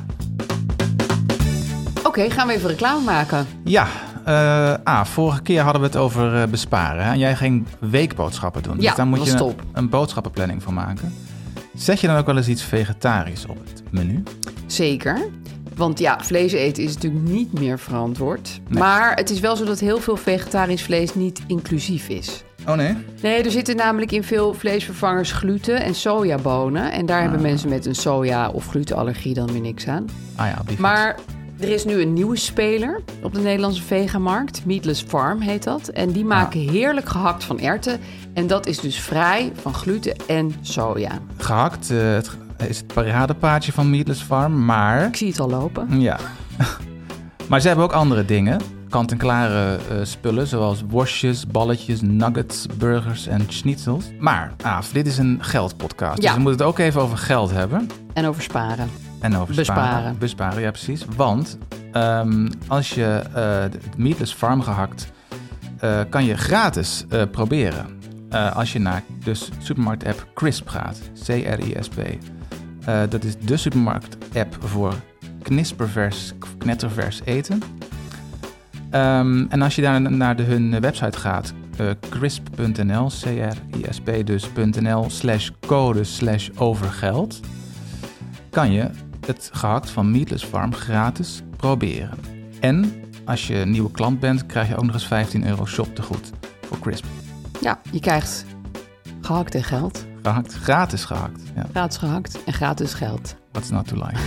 E: Oké, okay, gaan we even reclame maken.
F: Ja. Uh, ah, vorige keer hadden we het over uh, besparen. Hè? En jij ging weekboodschappen doen.
E: Ja,
F: dus daar moet
E: was
F: je
E: top.
F: een, een boodschappenplanning van maken. Zet je dan ook wel eens iets vegetarisch op het menu?
E: Zeker. Want ja, vlees eten is natuurlijk niet meer verantwoord.
F: Nee.
E: Maar het is wel zo dat heel veel vegetarisch vlees niet inclusief is.
F: Oh nee?
E: Nee, er zitten namelijk in veel vleesvervangers gluten en sojabonen. En daar
F: ah.
E: hebben mensen met een soja- of glutenallergie dan weer niks aan.
F: Ah ja, die
E: Maar er is nu een nieuwe speler op de Nederlandse vegamarkt. Meatless Farm heet dat. En die maken ah. heerlijk gehakt van erwten. En dat is dus vrij van gluten en soja.
F: Gehakt uh, het, is het paradepaardje van Meatless Farm, maar...
E: Ik zie het al lopen.
F: Ja. Maar ze hebben ook andere dingen. Kant-en-klare uh, spullen, zoals worstjes, balletjes, nuggets, burgers en schnitzels. Maar, Aaf, dit is een geldpodcast. Ja. Dus we moeten het ook even over geld hebben.
E: En over sparen.
F: En over
E: Besparen.
F: Sparen. Besparen, ja precies. Want um, als je uh, het Meatless Farm gehakt, uh, kan je gratis uh, proberen. Uh, als je naar de supermarkt-app Crisp gaat. C R I S P. Uh, dat is de supermarkt-app voor knispervers, knettervers eten. Um, en als je daar naar de, hun website gaat, uh, crisp punt n l, C R I S P dus .nl slash code slash overgeld, kan je het gehakt van Meatless Farm gratis proberen. En als je een nieuwe klant bent, krijg je ook nog eens vijftien euro shoptegoed voor Crisp.
E: Ja, je krijgt gehakt en geld.
F: Gehakt, gratis gehakt. Ja.
E: Gratis gehakt en gratis geld.
F: What's not to like?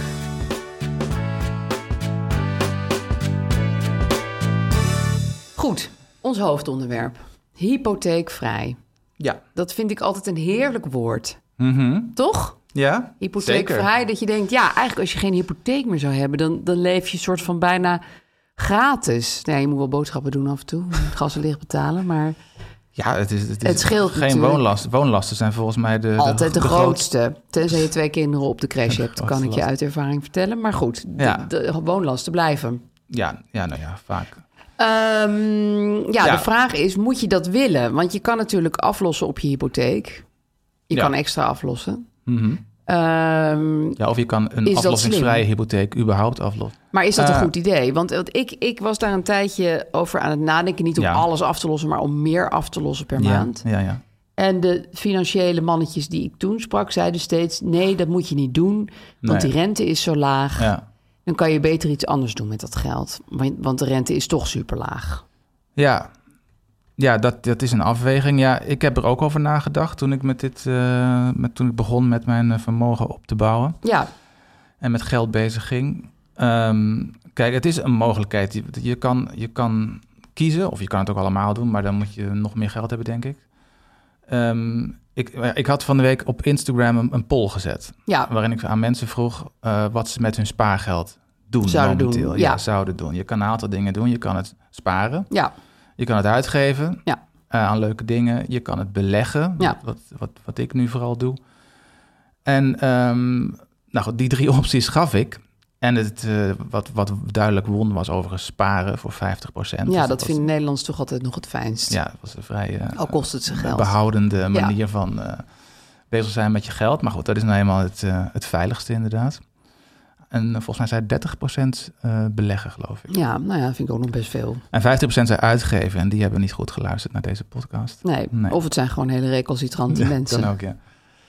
E: Goed, ons hoofdonderwerp. Hypotheekvrij.
F: Ja.
E: Dat vind ik altijd een heerlijk woord.
F: Mm-hmm.
E: Toch?
F: Ja,
E: hypotheekvrij,
F: zeker.
E: Dat je denkt, ja, eigenlijk als je geen hypotheek meer zou hebben, dan, dan leef je soort van bijna gratis. Nee, je moet wel boodschappen doen af en toe, gas en licht betalen, maar...
F: Ja, het is, het is
E: het scheelt
F: geen
E: natuurlijk.
F: woonlasten. Woonlasten zijn volgens mij de
E: Altijd de,
F: de, de
E: grootste.
F: grootste.
E: Tenzij je twee kinderen op de crash hebt,
F: De
E: kan ik je
F: grootste
E: uit ervaring vertellen. Maar goed, de,
F: Ja.
E: de woonlasten blijven.
F: Ja, ja, nou ja, vaak.
E: Um, ja,
F: Ja.
E: de vraag is, moet je dat willen? Want je kan natuurlijk aflossen op je hypotheek. Je
F: Ja.
E: kan extra aflossen.
F: Mm-hmm.
E: Um,
F: Ja, of je kan een
E: Is dat
F: aflossingsvrije
E: slim?
F: hypotheek überhaupt aflossen.
E: maar is dat een
F: Uh,
E: goed idee? Want want ik, ik was daar een tijdje over aan het nadenken. Niet om
F: Ja.
E: alles af te lossen, maar om meer af te lossen per
F: Ja,
E: maand.
F: ja, ja.
E: En de financiële mannetjes die ik toen sprak, zeiden steeds... nee, dat moet je niet doen, want
F: Nee.
E: die rente is zo laag.
F: Ja,
E: Dan kan je beter iets anders doen met dat geld. Want want de rente is toch super laag.
F: ja. ja dat, dat is een afweging. Ja, ik heb er ook over nagedacht toen ik, met dit, uh, met, toen ik begon met mijn uh, vermogen op te bouwen.
E: Ja,
F: En met geld bezig ging. Um, kijk, het is een mogelijkheid. Je, je, kan, je kan kiezen, of je kan het ook allemaal doen... maar dan moet je nog meer geld hebben, denk ik. Um, ik, ik had van de week op Instagram een, een poll gezet...
E: ja.
F: waarin ik aan mensen vroeg uh, wat ze met hun spaargeld doen
E: Zouden
F: momenteel.
E: doen,
F: ja.
E: ja.
F: zouden doen. Je kan een aantal dingen doen. Je kan het sparen.
E: ja.
F: Je kan het uitgeven
E: Ja.
F: uh, aan leuke dingen. Je kan het beleggen,
E: Ja.
F: wat, wat, wat ik nu vooral doe. En um, nou goed, die drie opties gaf ik. En het, uh, wat, wat duidelijk won was overigens sparen voor vijftig procent.
E: Ja,
F: dus
E: dat,
F: dat
E: vinden Nederlanders toch altijd nog het fijnst.
F: Ja, dat was een vrij uh,
E: Al kost het ze geld.
F: behoudende manier
E: ja.
F: van uh, bezig zijn met je geld. Maar goed, dat is nou eenmaal het, uh, het veiligste inderdaad. En uh, volgens mij zei dertig procent uh, beleggen, geloof ik.
E: Ja, nou ja, dat vind ik ook nog best veel.
F: En vijftig procent zijn uitgeven en die hebben niet goed geluisterd naar deze podcast.
E: Nee, nee. Of het zijn gewoon hele recalcitrante
F: ja,
E: mensen.
F: Kan ook, ja.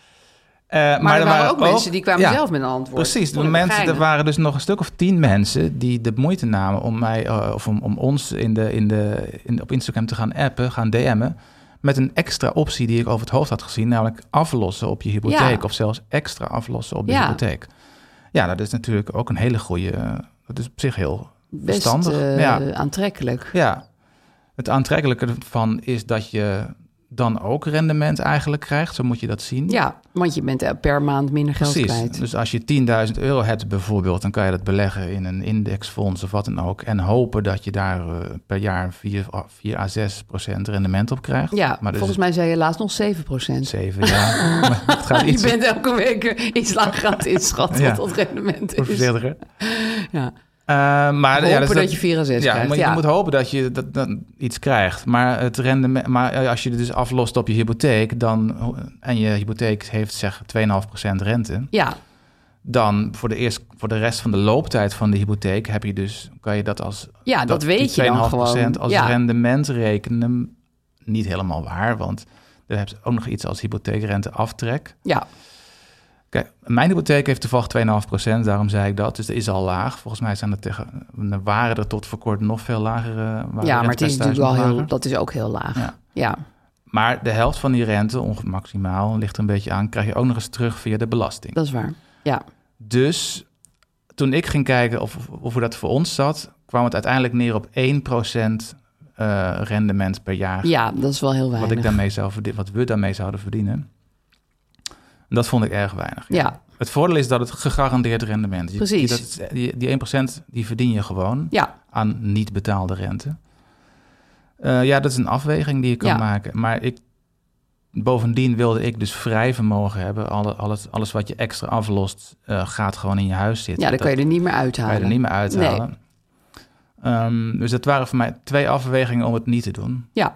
F: Uh,
E: maar, maar er waren ook, ook mensen die kwamen
F: ja,
E: zelf met een antwoord.
F: Precies, de mensen, er waren dus nog een stuk of tien mensen die de moeite namen om mij uh, of om, om ons in de, in de, in, op Instagram te gaan appen, gaan D M'en. Met een extra optie die ik over het hoofd had gezien, namelijk aflossen op je hypotheek. Ja. Of zelfs extra aflossen op de ja. hypotheek. Ja, dat is natuurlijk ook een hele goede. Dat is op zich heel
E: Best,
F: verstandig.
E: Uh,
F: ja.
E: aantrekkelijk.
F: Ja, het aantrekkelijke ervan is dat je dan ook rendement eigenlijk krijgt. Zo moet je dat zien.
E: Ja, want je bent per maand minder geld
F: Precies.
E: kwijt.
F: Dus als je tienduizend euro hebt bijvoorbeeld, dan kan je dat beleggen in een indexfonds of wat dan ook. En hopen dat je daar uh, per jaar vier à zes procent rendement op krijgt.
E: Ja,
F: maar dus
E: volgens mij zei je laatst nog zeven procent.
F: zeven, ja. Maar het gaat iets...
E: Je bent elke week iets lager aan het inschatten ja. wat dat rendement is.
F: Voorzichtiger.
E: Ja.
F: Uh, maar,
E: hopen
F: ja, dus
E: dat,
F: dat
E: je vier à zes
F: ja,
E: krijgt.
F: Maar
E: ja,
F: je moet hopen dat je dat, dat iets krijgt. Maar, het rendement, maar als je het dus aflost op je hypotheek, dan, en je hypotheek heeft zeg twee komma vijf procent rente,
E: ja.
F: dan voor de, eerst, voor de rest van de looptijd van de hypotheek heb je dus, kan je dat als
E: ja, dat, dat weet je dan gewoon.
F: Als ja. rendement rekenen. Niet helemaal waar, want er heb je ook nog iets als hypotheekrente aftrek.
E: Ja.
F: Kijk, mijn hypotheek heeft toevallig twee komma vijf procent, daarom zei ik dat. Dus dat is al laag. Volgens mij zijn er tegen, waren er tot voor kort nog veel lagere.
E: Ja, maar het is natuurlijk wel heel, dat is ook heel laag. Ja. ja.
F: Maar de helft van die rente, ongeveer maximaal, ligt er een beetje aan, krijg je ook nog eens terug via de belasting.
E: Dat is waar, ja.
F: Dus toen ik ging kijken of, of hoe dat voor ons zat, kwam het uiteindelijk neer op één procent uh, rendement per jaar.
E: Ja, dat is wel heel weinig.
F: Wat, ik daarmee zou verdien, wat we daarmee zouden verdienen. Dat vond ik erg weinig. Ja.
E: ja.
F: Het voordeel is dat het gegarandeerd rendement is.
E: Precies.
F: Die, die, die één procent die verdien je gewoon
E: ja.
F: aan niet betaalde rente. Uh, ja, dat is een afweging die je kan ja. maken. Maar ik, bovendien wilde ik dus vrij vermogen hebben. Alle, alles, alles wat je extra aflost uh, gaat gewoon in je huis zitten.
E: Ja, dan
F: dat
E: kan je er niet meer uithalen.
F: Kan je er niet meer uithalen. Nee. Um, dus dat waren voor mij twee afwegingen om het niet te doen.
E: Ja.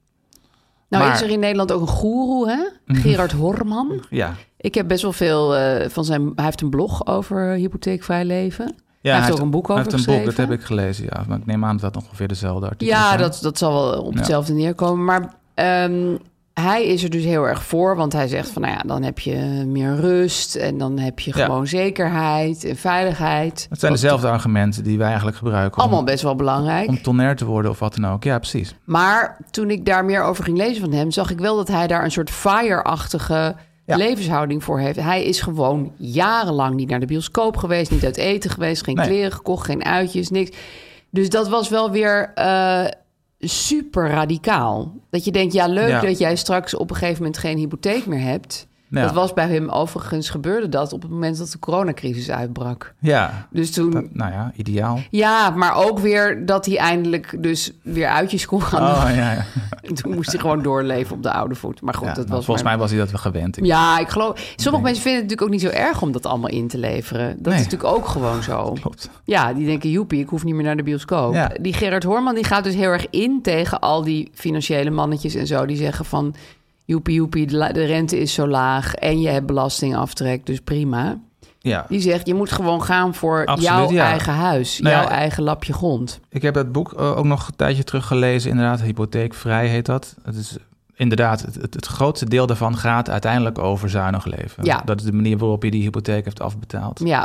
E: Nou,
F: maar,
E: is er in Nederland ook een goeroe, hè? Gerard Horman.
F: Ja.
E: Ik heb best wel veel uh, van zijn... Hij heeft een blog over hypotheekvrij leven.
F: Ja,
E: hij heeft hij ook een boek over
F: geschreven. Hij heeft een boek, dat heb ik gelezen, ja. Maar ik neem aan dat dat ongeveer dezelfde artikel
E: ja,
F: zijn.
E: Ja, dat, dat zal wel op hetzelfde ja. neerkomen. Maar um, hij is er dus heel erg voor. Want hij zegt van, nou ja, dan heb je meer rust. En dan heb je gewoon ja. zekerheid en veiligheid.
F: Het zijn dezelfde Wat, argumenten die wij eigenlijk gebruiken.
E: Allemaal
F: om,
E: best wel belangrijk.
F: Om tonair te worden of wat dan ook. Ja, precies.
E: Maar toen ik daar meer over ging lezen van hem, zag ik wel dat hij daar een soort fire-achtige ja. levenshouding voor heeft. Hij is gewoon jarenlang niet naar de bioscoop geweest, niet uit eten geweest, geen nee. kleren gekocht, geen uitjes, niks. Dus dat was wel weer uh, super radicaal. Dat je denkt, ja, leuk ja. dat jij straks op een gegeven moment geen hypotheek meer hebt. Ja. Dat was bij hem overigens, gebeurde dat op het moment dat de coronacrisis uitbrak.
F: Ja,
E: dus toen,
F: dat, nou ja, ideaal.
E: Ja, maar ook weer dat hij eindelijk dus weer uitjes kon gaan.
F: Oh, ja, ja.
E: En toen moest hij gewoon doorleven op de oude voet. Maar goed,
F: ja,
E: dat
F: nou,
E: was
F: volgens
E: maar...
F: mij was hij dat wel gewend. Ik
E: ja, ik geloof... Sommige nee. mensen vinden het natuurlijk ook niet zo erg om dat allemaal in te leveren. Dat nee. is natuurlijk ook gewoon zo.
F: Klopt.
E: Ja, die denken, joepie, ik hoef niet meer naar de bioscoop. Ja. Die Gerard Horman, die gaat dus heel erg in tegen al die financiële mannetjes en zo. Die zeggen van... Joepie, joepie, de rente is zo laag en je hebt belastingaftrek, dus prima.
F: Ja.
E: Die zegt, je moet gewoon gaan voor
F: Absoluut,
E: jouw
F: ja.
E: eigen huis,
F: nou
E: jouw
F: ja,
E: eigen lapje grond.
F: Ik heb dat boek uh, ook nog een tijdje terug gelezen, inderdaad, Hypotheekvrij heet dat. Het is inderdaad, het, het, het grootste deel daarvan gaat uiteindelijk over zuinig leven.
E: Ja.
F: Dat is de manier waarop je die hypotheek heeft afbetaald.
E: Ja.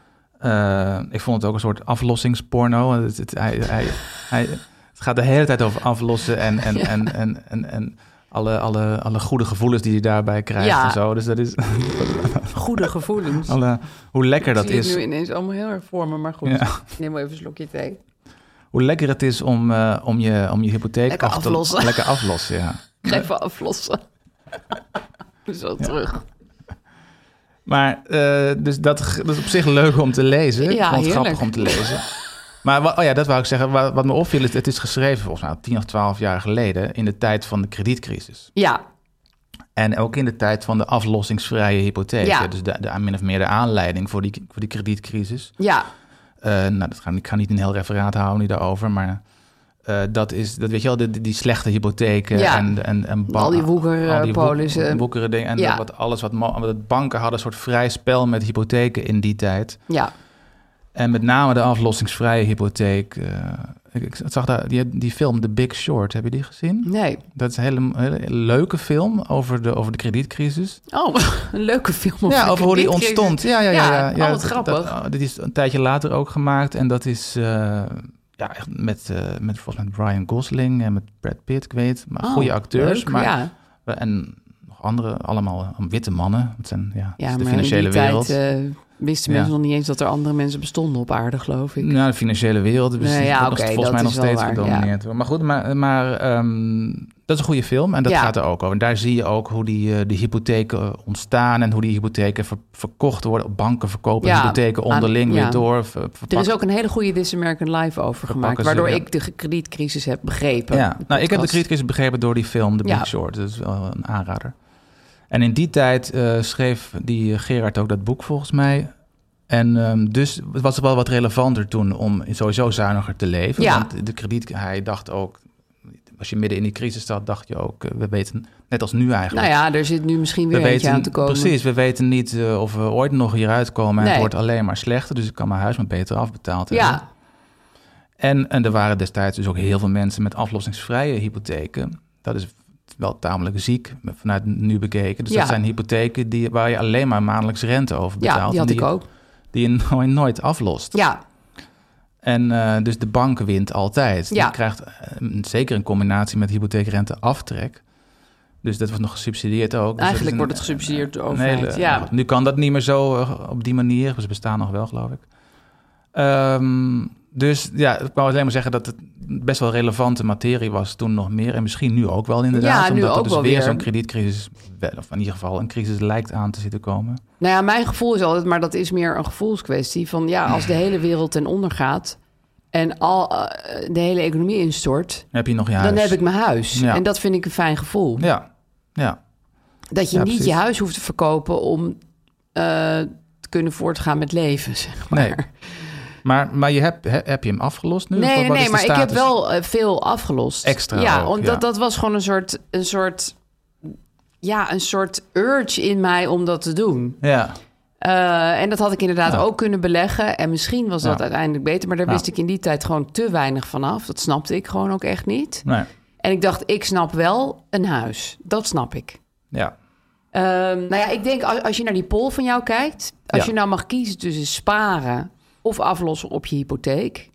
F: Uh, ik vond het ook een soort aflossingsporno. Het, het, hij, hij, hij, het gaat de hele tijd over aflossen en... en, ja. en, en, en, en Alle, alle, alle goede gevoelens die je daarbij krijgt ja. en zo. Dus dat is...
E: Goede gevoelens.
F: Alle, hoe lekker dat is.
E: Ik zie het nu ineens allemaal heel erg voor me, maar goed. Ja. Neem maar even een slokje thee.
F: Hoe lekker het is om, uh, om, je, om je hypotheek
E: lekker
F: af te
E: aflossen.
F: Lekker aflossen, ja.
E: Ik ga even aflossen. Zo ja. terug.
F: Maar uh, dus dat, dat is op zich leuk om te lezen.
E: Ja,
F: ik vond het
E: heerlijk.
F: grappig om te lezen. Maar oh ja, dat wou ik zeggen. Wat, wat me opviel, is, het is geschreven volgens mij tien of twaalf jaar geleden in de tijd van de kredietcrisis.
E: Ja.
F: En ook in de tijd van de aflossingsvrije hypotheek.
E: Ja.
F: Dus de, de, min of meer de aanleiding voor die, voor die kredietcrisis.
E: Ja,
F: Uh, nou, dat ga, ik ga niet een heel referaat houden niet daarover, maar uh, dat is, dat weet je wel, die, die slechte hypotheken
E: Ja.
F: en, en, en ba-
E: al die woekerpolissen.
F: woek- woekere dingen. En
E: Ja.
F: wat, alles wat, mo- wat banken hadden, een soort vrij spel met hypotheken in die tijd.
E: Ja,
F: En met name de aflossingsvrije hypotheek. Uh, ik, ik zag daar die, die film The Big Short, heb je die gezien?
E: nee.
F: Dat is een hele, hele leuke film over de, over de kredietcrisis.
E: Oh, een leuke film. Over
F: Ja,
E: de
F: over hoe die
E: kredietcrisis.
F: ontstond. Ja, ja, ja. ja,
E: Ja,
F: ja.
E: oh, wat
F: Dat-
E: grappig.
F: Dat, dit is een tijdje later ook gemaakt. En dat is uh, ja, echt met, uh, met volgens mij Ryan Gosling en met Brad Pitt, ik weet. Maar
E: Oh,
F: goede acteurs.
E: leuk,
F: maar,
E: ja.
F: En nog andere, allemaal witte mannen. Het zijn ja,
E: Ja,
F: de
E: maar
F: financiële
E: in die
F: wereld.
E: tijd uh, wisten
F: Ja.
E: mensen nog niet eens dat er andere mensen bestonden op aarde, geloof ik.
F: Nou, de financiële wereld is
E: Nee, ja,
F: nog,
E: oké,
F: volgens
E: dat
F: mij nog
E: is wel
F: steeds
E: waar,
F: gedomineerd. Ja. Maar goed, maar, maar um, dat is een goede film en dat
E: Ja.
F: gaat er ook over. En daar zie je ook hoe die, uh, die hypotheken ontstaan en hoe die hypotheken ver, verkocht worden. Banken verkopen
E: Ja,
F: hypotheken onderling
E: aan-
F: weer
E: ja.
F: door. Ver,
E: Er is ook een hele goede This American Life over gemaakt,
F: Verpakken ze,
E: waardoor
F: ja.
E: ik de kredietcrisis heb begrepen.
F: Ja,
E: De
F: nou, ik heb de
E: podcast.
F: kredietcrisis begrepen door die film The Big
E: Ja.
F: Short. Dat is wel een aanrader. En in die tijd uh, schreef die Gerard ook dat boek volgens mij. En um, dus was het wel wat relevanter toen om sowieso zuiniger te leven.
E: Ja.
F: Want de krediet, hij dacht ook, als je midden in die crisis staat, dacht je ook, uh, we weten, net als nu eigenlijk.
E: Nou ja, er zit nu misschien weer
F: we
E: eentje
F: weten,
E: aan te komen.
F: Precies, we weten niet uh, of we ooit nog hieruit komen. En
E: Nee.
F: het wordt alleen maar slechter, dus ik kan mijn huis maar beter afbetaald hebben.
E: Ja,
F: En, en er waren destijds dus ook heel veel mensen met aflossingsvrije hypotheken. Dat is wel tamelijk ziek, vanuit nu bekeken. Dus
E: Ja.
F: dat zijn hypotheken die, waar je alleen maar maandelijks rente over betaalt.
E: ja, die had
F: en
E: ik ook.
F: Die je nooit, nooit aflost.
E: Ja,
F: En uh, dus de bank wint altijd.
E: Ja.
F: Die krijgt uh, zeker in combinatie met hypotheekrente aftrek. Dus dat wordt nog gesubsidieerd ook. Dus
E: eigenlijk
F: dat is
E: wordt
F: een-
E: het gesubsidieerd door de
F: een hele-
E: overheid. Ja.
F: nou, nu kan dat niet meer zo uh, op die manier. Ze bestaan nog wel, geloof ik. Um, dus ja, ik wou alleen maar zeggen dat het best wel relevante materie was toen nog meer. En misschien nu ook wel inderdaad.
E: Ja, nu
F: omdat
E: ook
F: er dus
E: wel
F: weer
E: weer.
F: zo'n kredietcrisis, wel, of in ieder geval een crisis lijkt aan te zitten komen.
E: Nou ja, mijn gevoel is altijd, maar dat is meer een gevoelskwestie van ja, als de hele wereld ten onder gaat en al uh, de hele economie instort,
F: Heb je nog je huis?
E: dan heb ik mijn huis.
F: Ja.
E: En dat vind ik een fijn gevoel.
F: Ja, ja.
E: Dat je
F: Ja,
E: niet
F: precies.
E: je huis hoeft te verkopen om uh, te kunnen voortgaan met leven, zeg maar.
F: Nee. Maar, maar je hebt, he- heb je hem afgelost nu? Of
E: Nee,
F: wat
E: nee,
F: is
E: nee
F: de
E: maar ik heb
F: status?
E: wel uh, veel afgelost.
F: Extra
E: Ja,
F: ook,
E: omdat
F: ja.
E: dat was gewoon een soort, een soort, ja, een soort urge in mij om dat te doen.
F: Ja,
E: Uh, en dat had ik inderdaad
F: Ja.
E: ook kunnen beleggen. En misschien was dat
F: Ja.
E: uiteindelijk beter. Maar daar
F: Ja.
E: wist ik in die tijd gewoon te weinig van af. Dat snapte ik gewoon ook echt niet.
F: nee.
E: En ik dacht, ik snap wel een huis. Dat snap ik.
F: Ja,
E: Um, nou ja, ik denk als, als je naar die poll van jou kijkt... als
F: Ja.
E: je nou mag kiezen tussen sparen of aflossen op je hypotheek...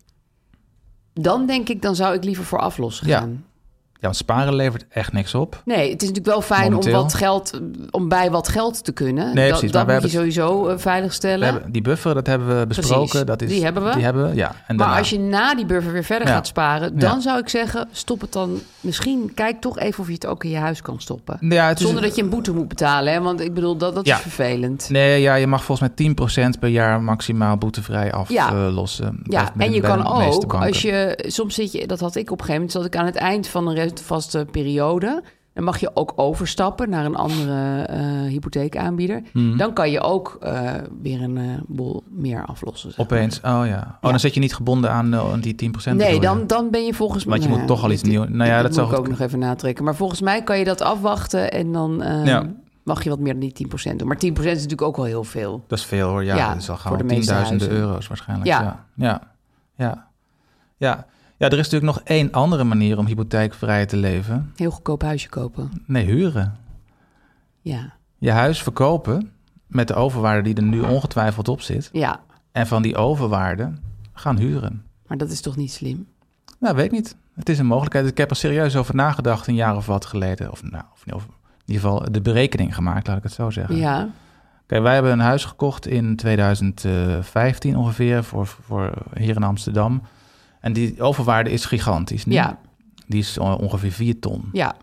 E: dan denk ik, dan zou ik liever voor aflossen
F: Ja.
E: gaan.
F: ja, want sparen levert echt niks op.
E: Nee, het is natuurlijk wel fijn om,
F: Momenteel.
E: wat geld, om bij wat geld te kunnen.
F: Nee,
E: dat
F: precies,
E: dat
F: maar we
E: moet je
F: hebben
E: sowieso uh,
F: We
E: veiligstellen.
F: hebben, die buffer, dat hebben we besproken.
E: Precies,
F: Dat is,
E: die hebben we.
F: Die hebben we, ja. En
E: Maar
F: daarna-
E: als je na die buffer weer verder
F: Ja.
E: gaat sparen... dan
F: Ja.
E: zou ik zeggen, stop het dan. Misschien kijk toch even of je het ook in je huis kan stoppen.
F: Ja, het is-
E: Zonder dat je een boete moet betalen. Hè? Want ik bedoel, dat, dat
F: Ja.
E: is vervelend.
F: Nee, ja, je mag volgens mij tien procent per jaar maximaal boetevrij
E: Ja.
F: aflossen.
E: Ja, en je kan ook, als
F: je...
E: je... Soms zit je, dat had ik op een gegeven moment... zat ik aan het eind van een rentevaste periode... dan mag je ook overstappen naar een andere uh, hypotheekaanbieder.
F: Mhm.
E: Dan kan je ook uh, weer een uh, boel meer aflossen. zeg
F: Opeens, oh ja. Oh,
E: Ja.
F: dan zit je niet gebonden aan, uh, aan die tien procent.
E: Nee,
F: bedoel je?
E: dan, dan ben je volgens mij...
F: Want je
E: nou
F: moet
E: ja,
F: toch al iets
E: dit-
F: nieuws... Nou ja, dat,
E: moet
F: zou
E: ik
F: goed
E: ook nog even natrekken. Maar volgens mij kan je dat afwachten en dan uh,
F: Ja.
E: mag je wat meer dan die tien procent doen. Maar tien procent is natuurlijk ook wel heel veel.
F: Dat is veel hoor. Ja,
E: Ja,
F: dat is al
E: voor
F: gauw
E: de meeste
F: tienduizenden
E: huizen.
F: euro's waarschijnlijk.
E: Ja.
F: Ja. Ja. Ja. Ja. Ja, er is natuurlijk nog één andere manier om hypotheekvrij te leven.
E: Heel goedkoop huisje kopen.
F: Nee, huren.
E: Ja,
F: Je huis verkopen met de overwaarde die er nu ongetwijfeld op zit.
E: ja.
F: En van die overwaarde gaan huren.
E: Maar dat is toch niet slim?
F: Nou, weet ik niet. Het is een mogelijkheid. Ik heb er serieus over nagedacht een jaar of wat geleden. Of, nou, of in ieder geval de berekening gemaakt, laat ik het zo zeggen.
E: Ja,
F: Kijk, wij hebben een huis gekocht in tweeduizend vijftien ongeveer voor, voor hier in Amsterdam. En die overwaarde is gigantisch. Nu.
E: ja,
F: Die is ongeveer vier ton.
E: ja.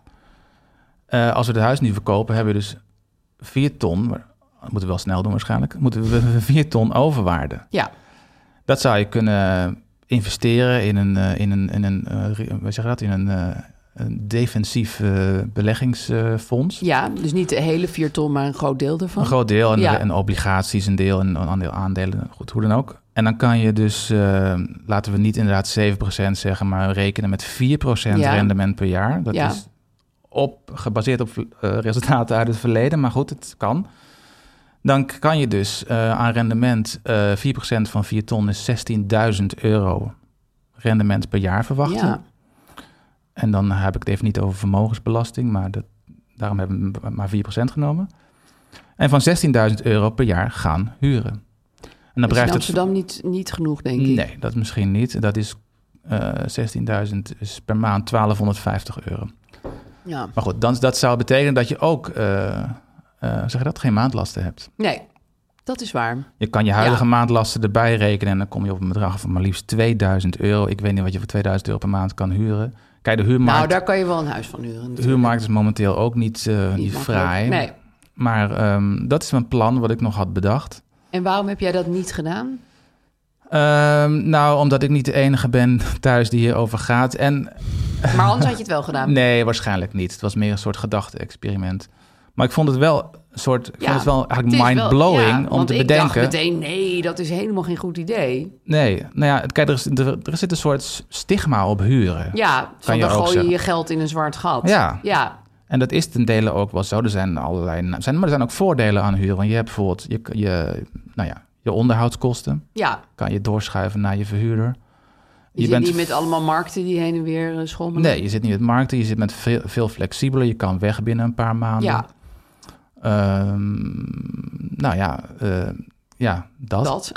F: Uh, als we het huis nu verkopen, hebben we dus vier ton... Maar dat moeten we wel snel doen waarschijnlijk. Moeten we vier ton overwaarde.
E: Ja,
F: Dat zou je kunnen investeren in een, uh, in een, in een uh, re- wat zeg je dat? In een uh, een defensief uh, beleggingsfonds. Uh,
E: ja, dus niet de hele vier ton, maar een groot deel ervan.
F: Een groot deel en,
E: ja.
F: en obligaties een deel en een deel aandelen. Goed, hoe dan ook. En dan kan je dus, uh, laten we niet inderdaad zeven procent zeggen, maar rekenen met vier procent ja. rendement per jaar. Dat ja. is op, gebaseerd op uh, resultaten uit het verleden, maar goed, het kan. Dan kan je dus uh, aan rendement, uh, vier procent van vier ton is zestienduizend euro rendement per jaar verwachten. Ja. En dan heb ik het even niet over vermogensbelasting, maar dat, daarom hebben we maar vier procent genomen. En van zestienduizend euro per jaar gaan huren. En dan
E: is in Amsterdam
F: het...
E: niet, niet genoeg, denk ik?
F: Nee, dat misschien niet. Dat is uh, zestienduizend is per maand twaalfhonderdvijftig euro.
E: Ja.
F: Maar goed, dan, dat zou betekenen dat je ook, uh, uh, zeg je dat, geen maandlasten hebt.
E: Nee, dat is waar.
F: Je kan je huidige ja. maandlasten erbij rekenen en dan kom je op een bedrag van maar liefst tweeduizend euro. Ik weet niet wat je voor tweeduizend euro per maand kan huren. Kijk, de huurmarkt...
E: Nou, daar kan je wel een huis van huren. Natuurlijk.
F: De huurmarkt is momenteel ook niet, uh, niet, niet fraai.
E: Nee.
F: Maar um, dat is een plan wat ik nog had bedacht.
E: En waarom heb jij dat niet gedaan?
F: Um, nou, omdat ik niet de enige ben thuis die hierover gaat. En...
E: Maar anders had je het wel gedaan?
F: Nee, waarschijnlijk niet. Het was meer een soort gedachte-experiment. Maar ik vond het wel een soort... Ik
E: ja,
F: vond het wel eigenlijk mind-blowing ja, om te
E: ik
F: bedenken...
E: Want ik dacht meteen, nee, dat is helemaal geen goed idee.
F: Nee, nou ja, kijk, er, is, er, er zit een soort stigma op huren.
E: Ja, van dan gooi je je geld in een zwart gat.
F: Ja,
E: ja.
F: En dat is ten dele ook wel zo. Er zijn allerlei... Zijn, maar er zijn ook voordelen aan huren. Want je hebt bijvoorbeeld je, je, nou ja, je onderhoudskosten.
E: Ja.
F: Kan je doorschuiven naar je verhuurder.
E: Je, je zit niet met allemaal markten die heen en weer schommelen.
F: Nee, je zit niet met markten. Je zit met veel, veel flexibeler. Je kan weg binnen een paar maanden.
E: Ja.
F: Um, nou ja, uh, ja, dat.
E: Dat.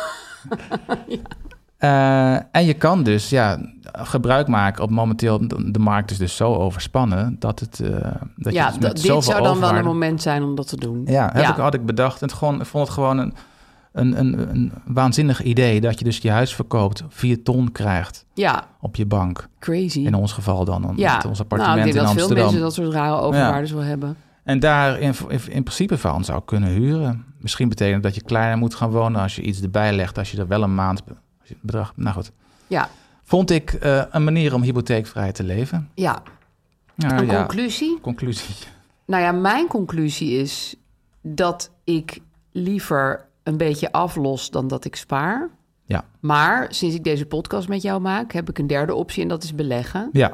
F: ja. Uh, en je kan dus ja, gebruik maken op momenteel... De markt is dus zo overspannen dat het... Uh, dat
E: ja,
F: je dus met
E: d- dit zou dan
F: overwaarde...
E: wel een moment zijn om dat te doen.
F: Ja, heb
E: ja.
F: Ik, had ik bedacht. En het gewoon, ik vond het gewoon een, een, een, een waanzinnig idee... dat je dus je huis verkoopt, vier ton krijgt
E: ja.
F: op je bank.
E: Crazy.
F: In ons geval dan,
E: ja.
F: met ons appartement
E: nou, ik denk
F: in
E: dat
F: Amsterdam.
E: veel mensen dat soort rare overwaardes ja. wil hebben.
F: En daar in, in, in principe van zou kunnen huren. Misschien betekent dat je kleiner moet gaan wonen... als je iets erbij legt, als je er wel een maand... Als je bedrag, nou goed.
E: Ja.
F: Vond ik uh, een manier om hypotheekvrij te leven.
E: Ja.
F: Nou,
E: een
F: ja.
E: conclusie?
F: Conclusie.
E: Nou ja, mijn conclusie is dat ik liever een beetje aflos dan dat ik spaar.
F: Ja.
E: Maar sinds ik deze podcast met jou maak, heb ik een derde optie en dat is beleggen.
F: Ja.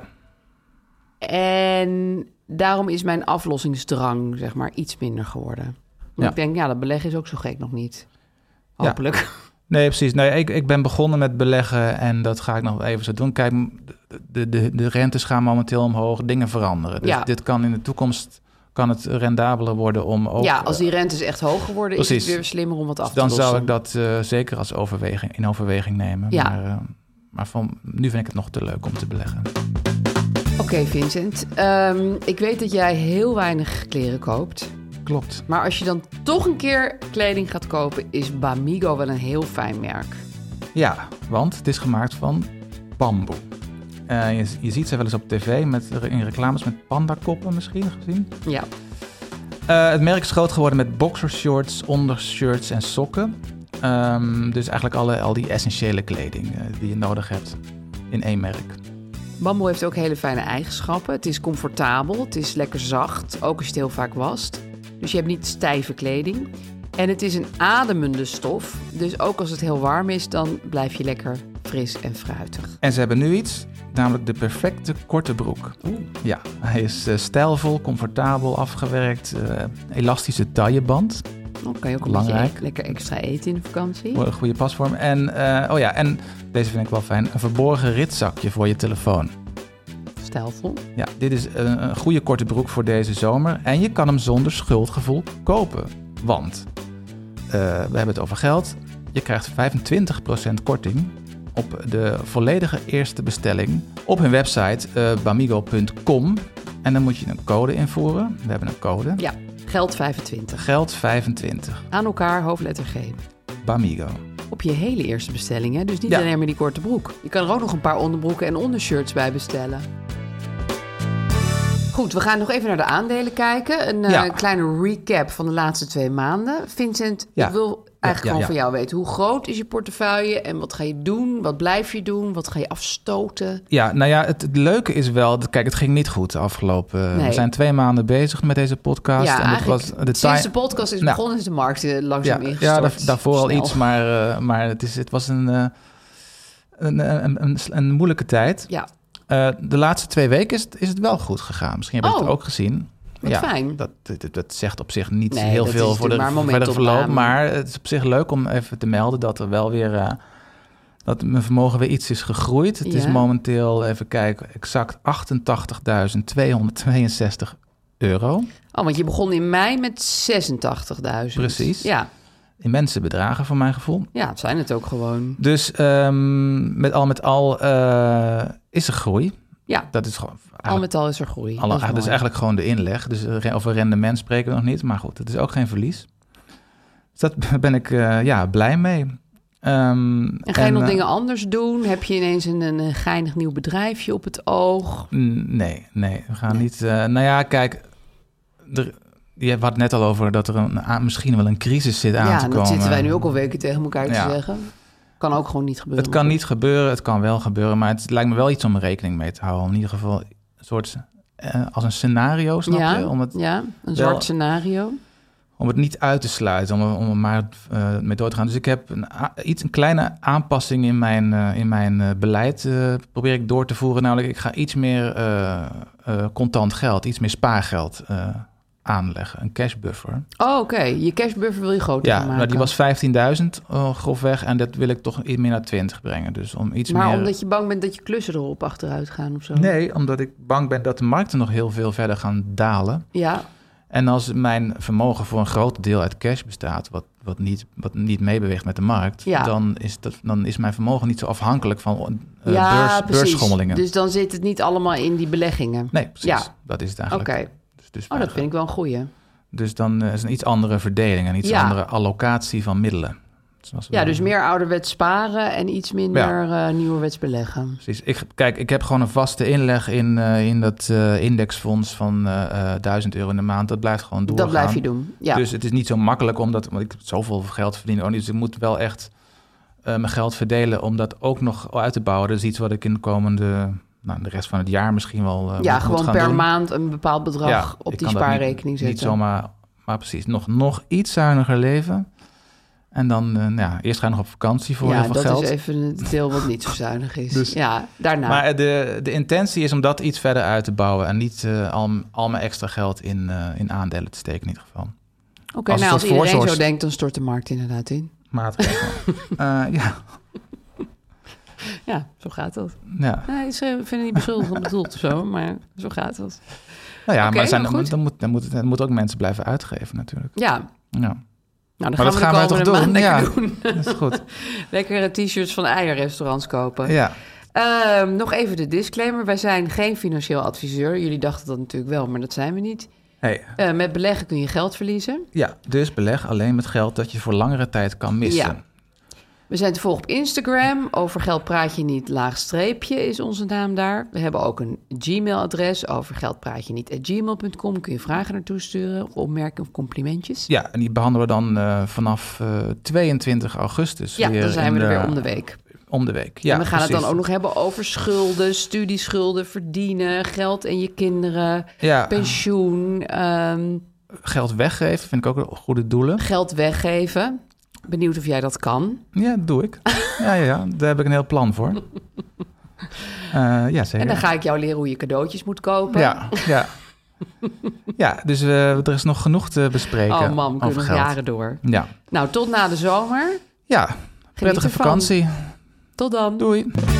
E: En daarom is mijn aflossingsdrang, zeg maar, iets minder geworden. Want ja. ik denk, ja, dat beleggen is ook zo gek nog niet. Hopelijk.
F: Ja. Nee, precies. Nee, ik, ik ben begonnen met beleggen en dat ga ik nog even zo doen. Kijk, de, de, de rentes gaan momenteel omhoog, dingen veranderen. Dus ja. dit kan in de toekomst kan het rendabeler worden om ook...
E: Ja, als die rentes echt hoger worden, precies. is het weer slimmer om wat af te
F: dan
E: lossen.
F: Dan zou ik dat uh, zeker als overweging, in overweging nemen.
E: Ja.
F: Maar, uh, maar van, nu vind ik het nog te leuk om te beleggen.
E: Oké, okay, Vincent. Um, ik weet dat jij heel weinig kleren koopt.
F: Klopt.
E: Maar als je dan toch een keer kleding gaat kopen, is Bamigo wel een heel fijn merk.
F: Ja, want het is gemaakt van bamboe. Uh, je, je ziet ze wel eens op tv met, in reclames met pandakoppen misschien gezien.
E: Ja.
F: Uh, het merk is groot geworden met boxershorts, ondershirts en sokken. Um, dus eigenlijk alle, al die essentiële kleding uh, die je nodig hebt in één merk.
E: Bamboe heeft ook hele fijne eigenschappen. Het is comfortabel, het is lekker zacht, ook als je het heel vaak wast. Dus je hebt niet stijve kleding. En het is een ademende stof. Dus ook als het heel warm is, dan blijf je lekker fris en fruitig.
F: En ze hebben nu iets, namelijk de perfecte korte broek.
E: Oeh.
F: Ja, hij is uh, stijlvol, comfortabel, afgewerkt, uh, elastische tailleband.
E: Dan kan je ook een
F: Belangrijk.
E: beetje lekker extra eten in de vakantie.
F: Een goede pasvorm. En, uh, oh ja, en deze vind ik wel fijn, een verborgen ritzakje voor je telefoon.
E: Stijlvol.
F: Ja, dit is een, een goede korte broek voor deze zomer. En je kan hem zonder schuldgevoel kopen. Want, uh, we hebben het over geld. Je krijgt vijfentwintig procent korting op de volledige eerste bestelling op hun website uh, bamigo punt com. En dan moet je een code invoeren. We hebben een code.
E: Ja, geld vijfentwintig.
F: Geld vijfentwintig.
E: Aan elkaar, hoofdletter G.
F: Bamigo.
E: Op je hele eerste bestelling, hè? Dus niet
F: ja.
E: alleen maar die korte broek. Je kan er ook nog een paar onderbroeken en ondershirts bij bestellen. Goed, we gaan nog even naar de aandelen kijken. Een ja. uh, kleine recap van de laatste twee maanden. Vincent,
F: ja.
E: ik wil eigenlijk
F: ja,
E: gewoon
F: ja.
E: van jou weten. Hoe groot is je portefeuille en wat ga je doen? Wat blijf je doen? Wat ga je afstoten?
F: Ja, nou ja, het, het leuke is wel... Dat, kijk, het ging niet goed de afgelopen...
E: Nee.
F: We zijn twee maanden bezig met deze podcast.
E: Ja,
F: en dat
E: eigenlijk
F: was de
E: sinds
F: ti-
E: de podcast is
F: Nou,
E: begonnen... is de markt eh, langzaam
F: ja,
E: ingestort.
F: ja, daar, daarvoor al
E: Snel.
F: iets, maar, uh, maar het, is, het was een, uh, een, een, een, een moeilijke tijd.
E: Ja,
F: Uh, de laatste twee weken is het, is het wel goed gegaan. Misschien heb je
E: Oh,
F: het ook gezien.
E: wat
F: ja,
E: fijn.
F: Dat, dat, dat zegt op zich niet
E: Nee,
F: heel
E: dat
F: veel
E: is
F: voor de
E: natuurlijk maar
F: verder verloop.
E: momentopname.
F: Maar het is op zich leuk om even te melden dat er wel weer... Uh, dat mijn vermogen weer iets is gegroeid. Het
E: Ja.
F: is momenteel, even kijken, exact achtentachtigduizend tweehonderdtweeënzestig euro.
E: Oh, want je begon in mei met zesentachtigduizend.
F: Precies.
E: Ja,
F: Immense bedragen voor mijn gevoel.
E: ja, het zijn het ook gewoon.
F: Dus um, met al met al uh, is er groei.
E: Ja,
F: Dat is gewoon...
E: al met al is er groei.
F: Alle,
E: dat,
F: dat
E: is
F: is
E: mooi.
F: eigenlijk gewoon de inleg. Dus uh, over rendement spreken we nog niet. Maar goed, het is ook geen verlies. Dus daar ben ik uh, ja, blij mee. Um,
E: En ga je
F: en,
E: nog
F: uh,
E: dingen anders doen? Heb je ineens een, een geinig nieuw bedrijfje op het oog?
F: Nee, nee. We gaan niet... Uh, nou ja, kijk... Er, je had het net al over dat er een, a, misschien wel een crisis zit aan
E: Ja,
F: te
E: en
F: komen.
E: dat zitten wij nu ook al weken tegen elkaar te
F: Ja.
E: zeggen. Kan ook gewoon niet gebeuren.
F: Het kan niet gebeuren, het kan wel gebeuren. Maar het lijkt me wel iets om rekening mee te houden. In ieder geval een soort... Uh, als een scenario, snap
E: ja,
F: je? Om het,
E: ja, een
F: wel-
E: zwart scenario.
F: om het niet uit te sluiten, om, om er maar uh, mee door te gaan. Dus ik heb een, a, iets, een kleine aanpassing in mijn, uh, in mijn uh, beleid uh, probeer ik door te voeren. Namelijk, ik ga iets meer uh, uh, contant geld, iets meer spaargeld uh, aanleggen. Een cashbuffer.
E: Oh, oké. Okay. Je cashbuffer wil je groter
F: Ja,
E: gaan maken.
F: nou, die was vijftienduizend uh, grofweg. En dat wil ik toch iets meer naar twintig brengen. Dus om iets
E: maar
F: meer...
E: omdat je bang bent dat je klussen erop achteruit gaan of zo?
F: Nee, omdat ik bang ben dat de markten nog heel veel verder gaan dalen.
E: Ja,
F: En als mijn vermogen voor een groot deel uit cash bestaat, wat, wat, niet, wat niet meebeweegt met de markt,
E: Ja.
F: dan, is dat, dan is mijn vermogen niet zo afhankelijk van uh,
E: ja
F: beurs,
E: precies.
F: beursschommelingen.
E: Dus dan zit het niet allemaal in die beleggingen.
F: Nee, precies.
E: Ja.
F: Dat is het
E: Oké.
F: eigenlijk. Dus, dus,
E: Oh, dat vind ik wel een goeie.
F: dus dan uh, is een iets andere verdeling, een iets
E: Ja.
F: andere allocatie van middelen. Zoals we-
E: Ja, dus meer ouderwets sparen en iets minder ja. uh, nieuwerwets beleggen.
F: Precies. Ik, kijk, ik heb gewoon een vaste inleg in, uh, in dat uh, indexfonds van uh, uh, duizend euro in de maand. Dat blijft gewoon doorgaan.
E: Dat blijf je doen, ja.
F: Dus het is niet zo makkelijk, omdat want ik heb zoveel geld verdien ook niet. Dus ik moet wel echt uh, mijn geld verdelen om dat ook nog uit te bouwen. Dat is iets wat ik in de komende, nou, de rest van het jaar misschien wel uh,
E: Ja,
F: moet,
E: gewoon
F: moet gaan
E: per
F: doen.
E: maand een bepaald bedrag
F: Ja,
E: op
F: ik
E: die
F: kan dat
E: spaarrekening
F: niet,
E: zetten.
F: Niet zomaar, maar precies, nog, nog iets zuiniger leven. En dan, uh, nou ja, eerst ga je nog op vakantie voor
E: ja,
F: heel veel
E: dat
F: geld.
E: is even het deel wat niet zo zuinig is.
F: Dus-
E: ja, daarna.
F: Maar de, de intentie is om dat iets verder uit te bouwen en niet uh, al, al mijn extra geld in, uh, in aandelen te steken in ieder geval.
E: Oké, okay,
F: als een
E: nou als
F: soort
E: iedereen
F: voorzorgs-
E: zo denkt, dan stort de markt inderdaad in.
F: Maatregelen. uh, ja.
E: Ja, zo gaat dat.
F: ja.
E: Nee, ik vind het niet beschuldigend bedoeld of zo, maar zo gaat dat.
F: Nou ja,
E: Oké,
F: maar er zijn,
E: nou goed.
F: dan, moet, dan, moet, dan moet ook mensen blijven uitgeven natuurlijk.
E: Ja,
F: Ja.
E: nou dan
F: Maar
E: gaan
F: dat
E: we
F: gaan
E: de
F: wij
E: komende
F: toch
E: maand
F: doen?
E: lekker
F: Ja.
E: doen.
F: Dat is goed.
E: Lekkere t-shirts van eierrestaurants kopen.
F: Ja.
E: Uh, nog even de disclaimer. Wij zijn geen financieel adviseur. Jullie dachten dat natuurlijk wel, maar dat zijn we niet.
F: Hey.
E: Uh, met beleggen kun je geld verliezen.
F: Ja, dus beleg alleen met geld dat je voor langere tijd kan missen.
E: Ja. We zijn te volgen op Instagram. Over geld praat je niet, laag streepje is onze naam daar. We hebben ook een Gmail-adres. Over geld praat je niet, at gmail punt com. Kun je vragen naartoe sturen, opmerkingen of complimentjes.
F: Ja, en die behandelen we dan uh, vanaf uh, tweeëntwintig augustus.
E: Ja,
F: weer
E: dan zijn
F: in
E: we er
F: de,
E: weer om de week.
F: Om de week, ja.
E: En we gaan
F: precies.
E: het dan ook nog hebben over schulden, studieschulden, verdienen, geld en je kinderen,
F: Ja,
E: pensioen, um,
F: geld weggeven vind ik ook een goede doelen.
E: geld weggeven. Benieuwd of jij dat kan.
F: Ja, dat doe ik. ja, ja, ja, daar heb ik een heel plan voor. Uh, ja, zeker.
E: En dan ga ik jou leren hoe je cadeautjes moet kopen.
F: Ja, ja. ja, dus uh, er is nog genoeg te bespreken.
E: Oh man, we kunnen
F: over
E: nog
F: geld.
E: jaren door.
F: Ja.
E: Nou, tot na de zomer.
F: Ja, prettige
E: ervan.
F: vakantie.
E: Tot dan.
F: Doei.